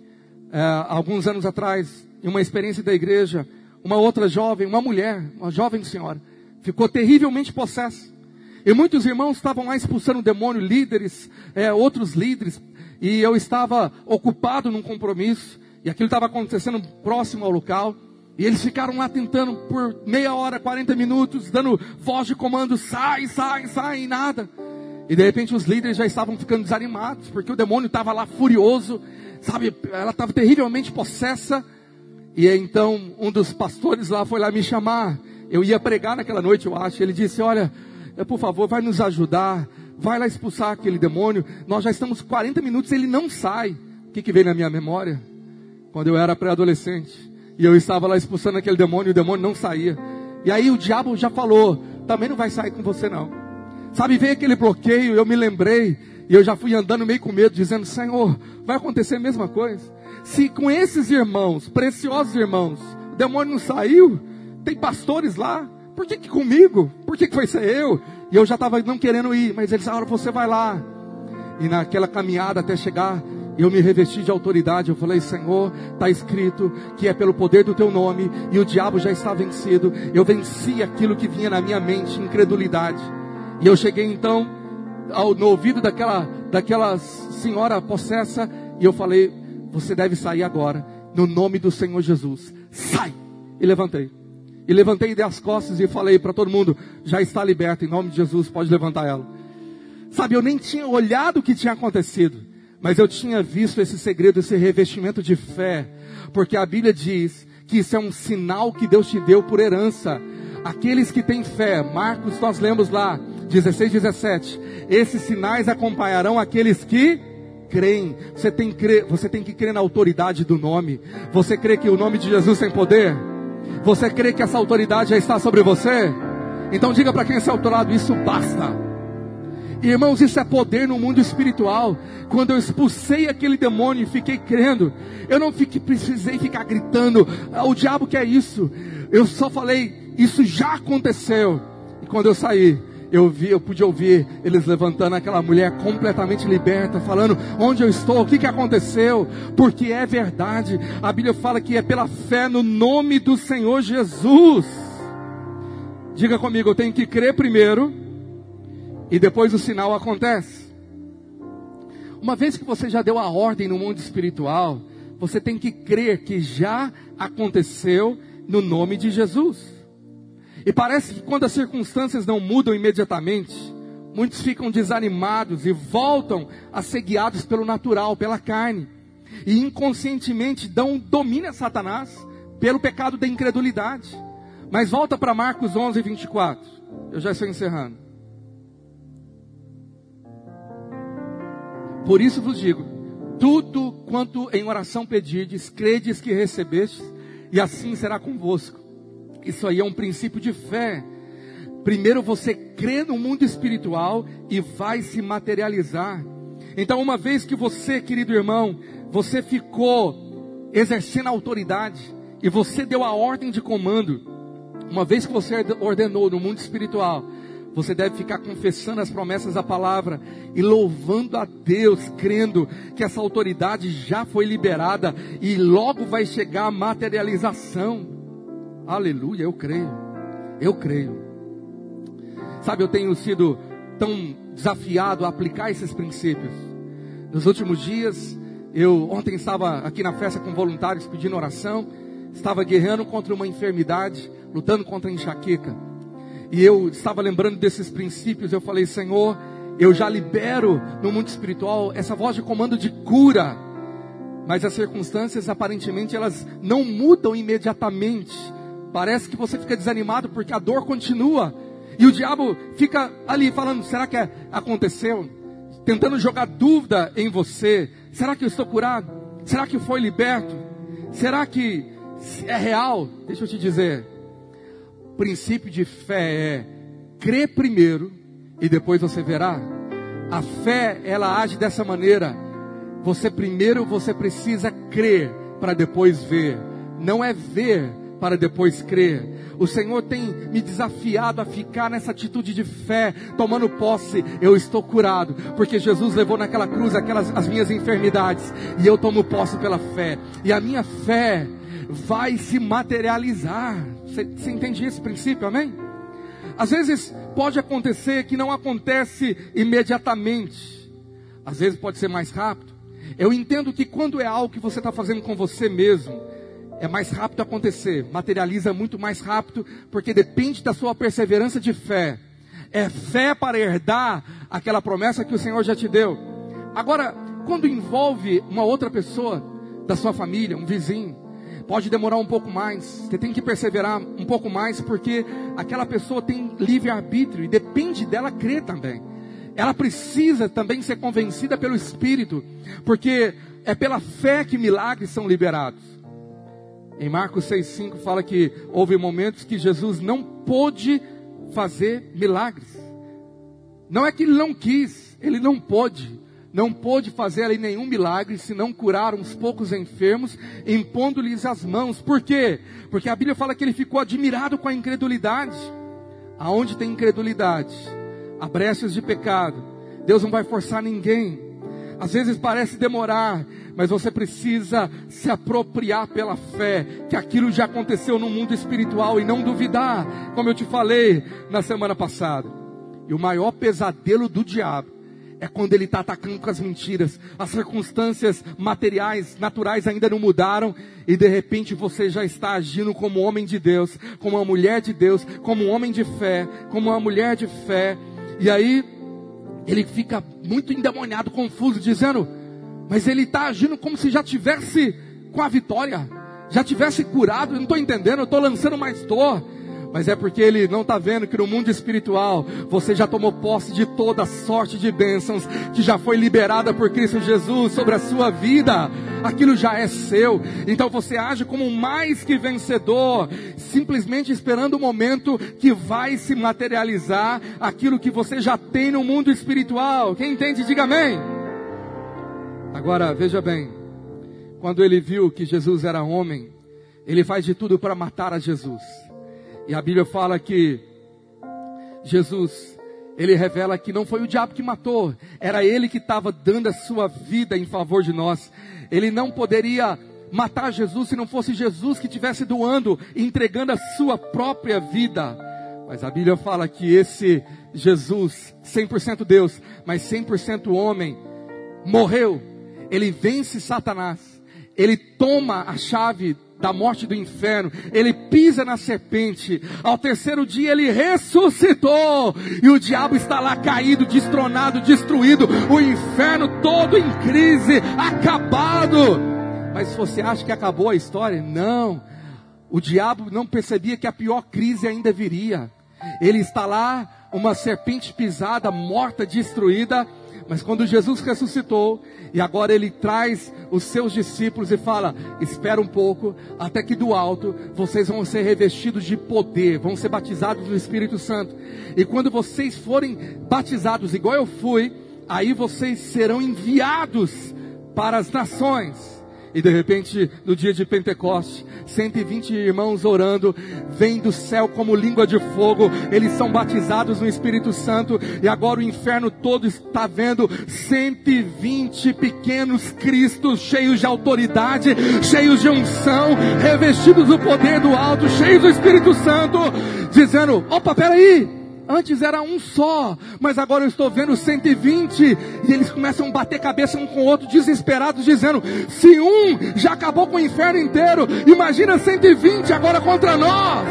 É, alguns anos atrás, em uma experiência da igreja, uma outra jovem, uma mulher, uma jovem senhora, ficou terrivelmente possessa. E muitos irmãos estavam lá expulsando o demônio, líderes, é, outros líderes. E eu estava ocupado num compromisso. E aquilo estava acontecendo próximo ao local. E eles ficaram lá tentando por meia hora, quarenta minutos, dando voz de comando, sai, sai, sai, e nada. E de repente os líderes já estavam ficando desanimados, porque o demônio estava lá furioso, sabe, ela estava terrivelmente possessa. E então um dos pastores lá foi lá me chamar. Eu ia pregar naquela noite, eu acho. Ele disse, olha, por favor, vai nos ajudar, vai lá expulsar aquele demônio. Nós já estamos quarenta minutos, ele não sai. O que, que veio na minha memória? Quando eu era pré-adolescente, e eu estava lá expulsando aquele demônio, e o demônio não saía. E aí o diabo já falou, também não vai sair com você não. Sabe, veio aquele bloqueio, eu me lembrei, e eu já fui andando meio com medo, dizendo, Senhor, vai acontecer a mesma coisa? Se com esses irmãos, preciosos irmãos, o demônio não saiu, tem pastores lá, por que que comigo? Por que que foi ser eu? E eu já estava não querendo ir, mas eles falaram, você vai lá. E naquela caminhada até chegar, eu me revesti de autoridade, eu falei, Senhor, está escrito que é pelo poder do teu nome, e o diabo já está vencido. Eu venci aquilo que vinha na minha mente, incredulidade. E eu cheguei então ao, no ouvido daquela, daquela senhora possessa, e eu falei, você deve sair agora, no nome do Senhor Jesus, sai! E levantei, e levantei e dei as costas e falei para todo mundo, já está liberta, em nome de Jesus, pode levantar ela. Sabe, eu nem tinha olhado o que tinha acontecido, mas eu tinha visto esse segredo, esse revestimento de fé, porque a Bíblia diz que isso é um sinal que Deus te deu por herança. Aqueles que têm fé, Marcos, nós lemos lá, dezesseis, dezessete, esses sinais acompanharão aqueles que creem. Você tem, crer, você tem que crer na autoridade do nome. Você crê que o nome de Jesus tem poder? Você crê que essa autoridade já está sobre você? Então diga para quem está ao teu lado, isso basta. Irmãos, isso é poder no mundo espiritual. Quando eu expulsei aquele demônio e fiquei crendo, eu não fiquei, precisei ficar gritando, ah, o diabo quer isso. Eu só falei, isso já aconteceu. E quando eu saí, eu vi, eu pude ouvir eles levantando aquela mulher completamente liberta, falando, onde eu estou, o que, que aconteceu? Porque é verdade, a Bíblia fala que é pela fé no nome do Senhor Jesus. Diga comigo, eu tenho que crer primeiro, e depois o sinal acontece. Uma vez que você já deu a ordem no mundo espiritual, você tem que crer que já aconteceu no nome de Jesus. E parece que quando as circunstâncias não mudam imediatamente, muitos ficam desanimados e voltam a ser guiados pelo natural, pela carne. E inconscientemente dão domínio a Satanás pelo pecado da incredulidade. Mas volta para Marcos onze, vinte e quatro. Eu já estou encerrando. Por isso vos digo, tudo quanto em oração pedirdes, credes que recebestes, e assim será convosco. Isso aí é um princípio de fé. Primeiro você crê no mundo espiritual e vai se materializar. Então uma vez que você, querido irmão, você ficou exercendo a autoridade, e você deu a ordem de comando, uma vez que você ordenou no mundo espiritual, você deve ficar confessando as promessas da palavra e louvando a Deus, crendo que essa autoridade já foi liberada e logo vai chegar a materialização. Aleluia, eu creio, eu creio. Sabe, eu tenho sido tão desafiado a aplicar esses princípios. Nos últimos dias, eu ontem estava aqui na festa com voluntários pedindo oração, estava guerreando contra uma enfermidade, lutando contra a enxaqueca. E eu estava lembrando desses princípios, eu falei, Senhor, eu já libero no mundo espiritual essa voz de comando de cura. Mas as circunstâncias, aparentemente, elas não mudam imediatamente. Parece que você fica desanimado porque a dor continua. E o diabo fica ali falando, será que aconteceu? Tentando jogar dúvida em você. Será que eu estou curado? Será que foi liberto? Será que é real? Deixa eu te dizer. O princípio de fé é crer primeiro e depois você verá. A fé, ela age dessa maneira. Você primeiro, você precisa crer para depois ver. Não é ver para depois crer. O Senhor tem me desafiado a ficar nessa atitude de fé, tomando posse. Eu estou curado, porque Jesus levou naquela cruz aquelas, as minhas enfermidades, e eu tomo posse pela fé, e a minha fé vai se materializar. Você, você entende esse princípio, amém? Às vezes pode acontecer que não acontece imediatamente, às vezes pode ser mais rápido. Eu entendo que quando é algo que você está fazendo com você mesmo, é mais rápido acontecer, materializa muito mais rápido, porque depende da sua perseverança de fé. É fé para herdar aquela promessa que o Senhor já te deu. Agora, quando envolve uma outra pessoa da sua família, um vizinho, pode demorar um pouco mais. Você tem que perseverar um pouco mais, porque aquela pessoa tem livre-arbítrio e depende dela crer também. Ela precisa também ser convencida pelo Espírito, porque é pela fé que milagres são liberados. Em Marcos seis, cinco fala que houve momentos que Jesus não pôde fazer milagres. Não é que ele não quis, ele não pôde. Não pôde fazer ali nenhum milagre, senão curar uns poucos enfermos, impondo-lhes as mãos. Por quê? Porque a Bíblia fala que ele ficou admirado com a incredulidade. Aonde tem incredulidade, há brechas de pecado. Deus não vai forçar ninguém. Às vezes parece demorar, mas você precisa se apropriar pela fé, que aquilo já aconteceu no mundo espiritual, e não duvidar, como eu te falei na semana passada. E o maior pesadelo do diabo é quando ele está atacando com as mentiras. As circunstâncias materiais, naturais ainda não mudaram, e de repente você já está agindo como homem de Deus, como uma mulher de Deus, como um homem de fé, como uma mulher de fé. E aí ele fica muito endemoniado, confuso, dizendo: mas ele está agindo como se já tivesse com a vitória, já tivesse curado. Eu não estou entendendo, eu estou lançando mais dor. Mas é porque ele não está vendo que no mundo espiritual você já tomou posse de toda sorte de bênçãos que já foi liberada por Cristo Jesus sobre a sua vida. Aquilo já é seu. Então você age como mais que vencedor, simplesmente esperando o momento que vai se materializar aquilo que você já tem no mundo espiritual. Quem entende, diga amém. Agora veja bem, quando ele viu que Jesus era homem, ele faz de tudo para matar a Jesus. E a Bíblia fala que Jesus, ele revela que não foi o diabo que matou, era ele que estava dando a sua vida em favor de nós. Ele não poderia matar Jesus se não fosse Jesus que estivesse doando e entregando a sua própria vida. Mas a Bíblia fala que esse Jesus, cem por cento Deus, mas cem por cento homem, morreu. Ele vence Satanás, ele toma a chave da morte do inferno, ele pisa na serpente. Ao terceiro dia ele ressuscitou, e o diabo está lá caído, destronado, destruído, o inferno todo em crise, acabado. Mas se você acha que acabou a história, não. O diabo não percebia que a pior crise ainda viria. Ele está lá, uma serpente pisada, morta, destruída. Mas quando Jesus ressuscitou, e agora ele traz os seus discípulos e fala: espera um pouco, até que do alto vocês vão ser revestidos de poder, vão ser batizados do Espírito Santo. E quando vocês forem batizados igual eu fui, aí vocês serão enviados para as nações. E de repente, no dia de Pentecoste, cento e vinte irmãos orando, vem do céu como língua de fogo, eles são batizados no Espírito Santo, e agora o inferno todo está vendo cento e vinte pequenos Cristos, cheios de autoridade, cheios de unção, revestidos do poder do alto, cheios do Espírito Santo, dizendo: opa, peraí, antes era um só, mas agora eu estou vendo cento e vinte. E eles começam a bater cabeça um com o outro, desesperados, dizendo: se um já acabou com o inferno inteiro, imagina cento e vinte agora contra nós.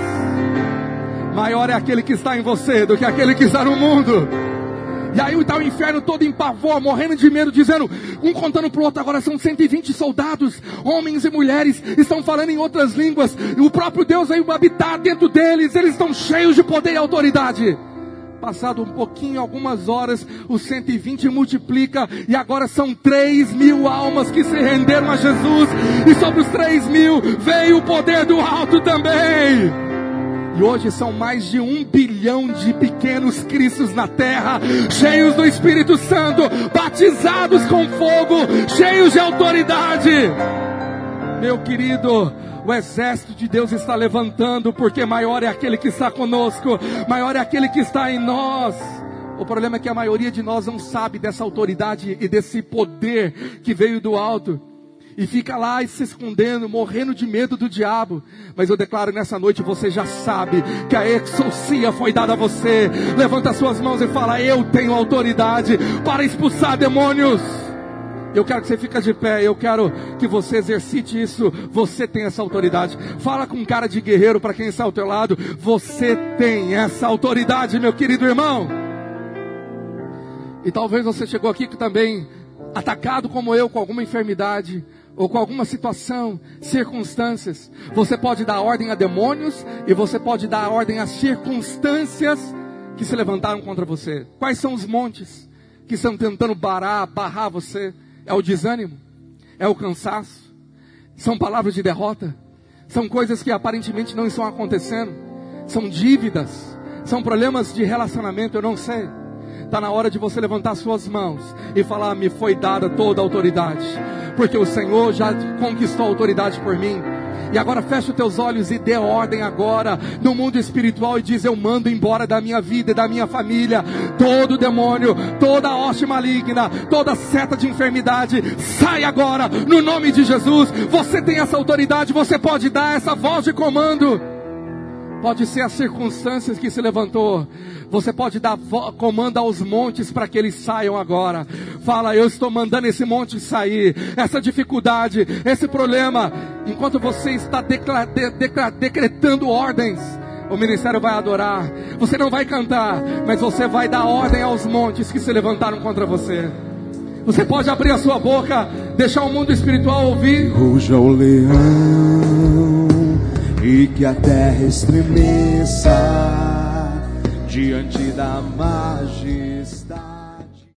Maior é aquele que está em você do que aquele que está no mundo. E aí está o inferno todo em pavor, morrendo de medo, dizendo, um contando para o outro: agora são cento e vinte soldados, homens e mulheres, estão falando em outras línguas, e o próprio Deus veio habitar dentro deles, eles estão cheios de poder e autoridade. passado um pouquinho, algumas horas, os cento e vinte multiplica, e agora são três mil almas que se renderam a Jesus, e sobre os três mil veio o poder do alto também. E hoje são mais de um bilhão de pequenos cristos na terra, cheios do Espírito Santo, batizados com fogo, cheios de autoridade. Meu querido, o exército de Deus está levantando, porque maior é aquele que está conosco, maior é aquele que está em nós. O problema é que a maioria de nós não sabe dessa autoridade e desse poder que veio do alto, e fica lá se escondendo, morrendo de medo do diabo. Mas eu declaro nessa noite, você já sabe que a exousia foi dada a você. Levanta suas mãos e fala: eu tenho autoridade para expulsar demônios. Eu quero que você fique de pé, eu quero que você exercite isso. Você tem essa autoridade. Fala com cara de guerreiro para quem está ao teu lado: você tem essa autoridade, meu querido irmão. E talvez você chegou aqui que também atacado como eu, com alguma enfermidade, ou com alguma situação, circunstâncias. Você pode dar ordem a demônios, e você pode dar ordem às circunstâncias que se levantaram contra você. Quais são os montes que estão tentando barrar, barrar você? É o desânimo? É o cansaço? São palavras de derrota? São coisas que aparentemente não estão acontecendo? São dívidas? São problemas de relacionamento? Eu não sei. Está na hora de você levantar suas mãos e falar: me foi dada toda a autoridade, porque o Senhor já conquistou a autoridade por mim. E agora fecha os teus olhos e dê ordem agora no mundo espiritual e diz: eu mando embora da minha vida e da minha família todo demônio, toda hoste maligna, toda seta de enfermidade. Sai agora no nome de Jesus. Você tem essa autoridade, você pode dar essa voz de comando. Pode ser as circunstâncias que se levantou. Você pode dar comando aos montes para que eles saiam agora. Fala: eu estou mandando esse monte sair. Essa dificuldade, esse problema. Enquanto você está decla- de- decla- decretando ordens, o ministério vai adorar. Você não vai cantar, mas você vai dar ordem aos montes que se levantaram contra você. Você pode abrir a sua boca, deixar o mundo espiritual ouvir. Ruja o leão e que a terra estremeça diante da majestade.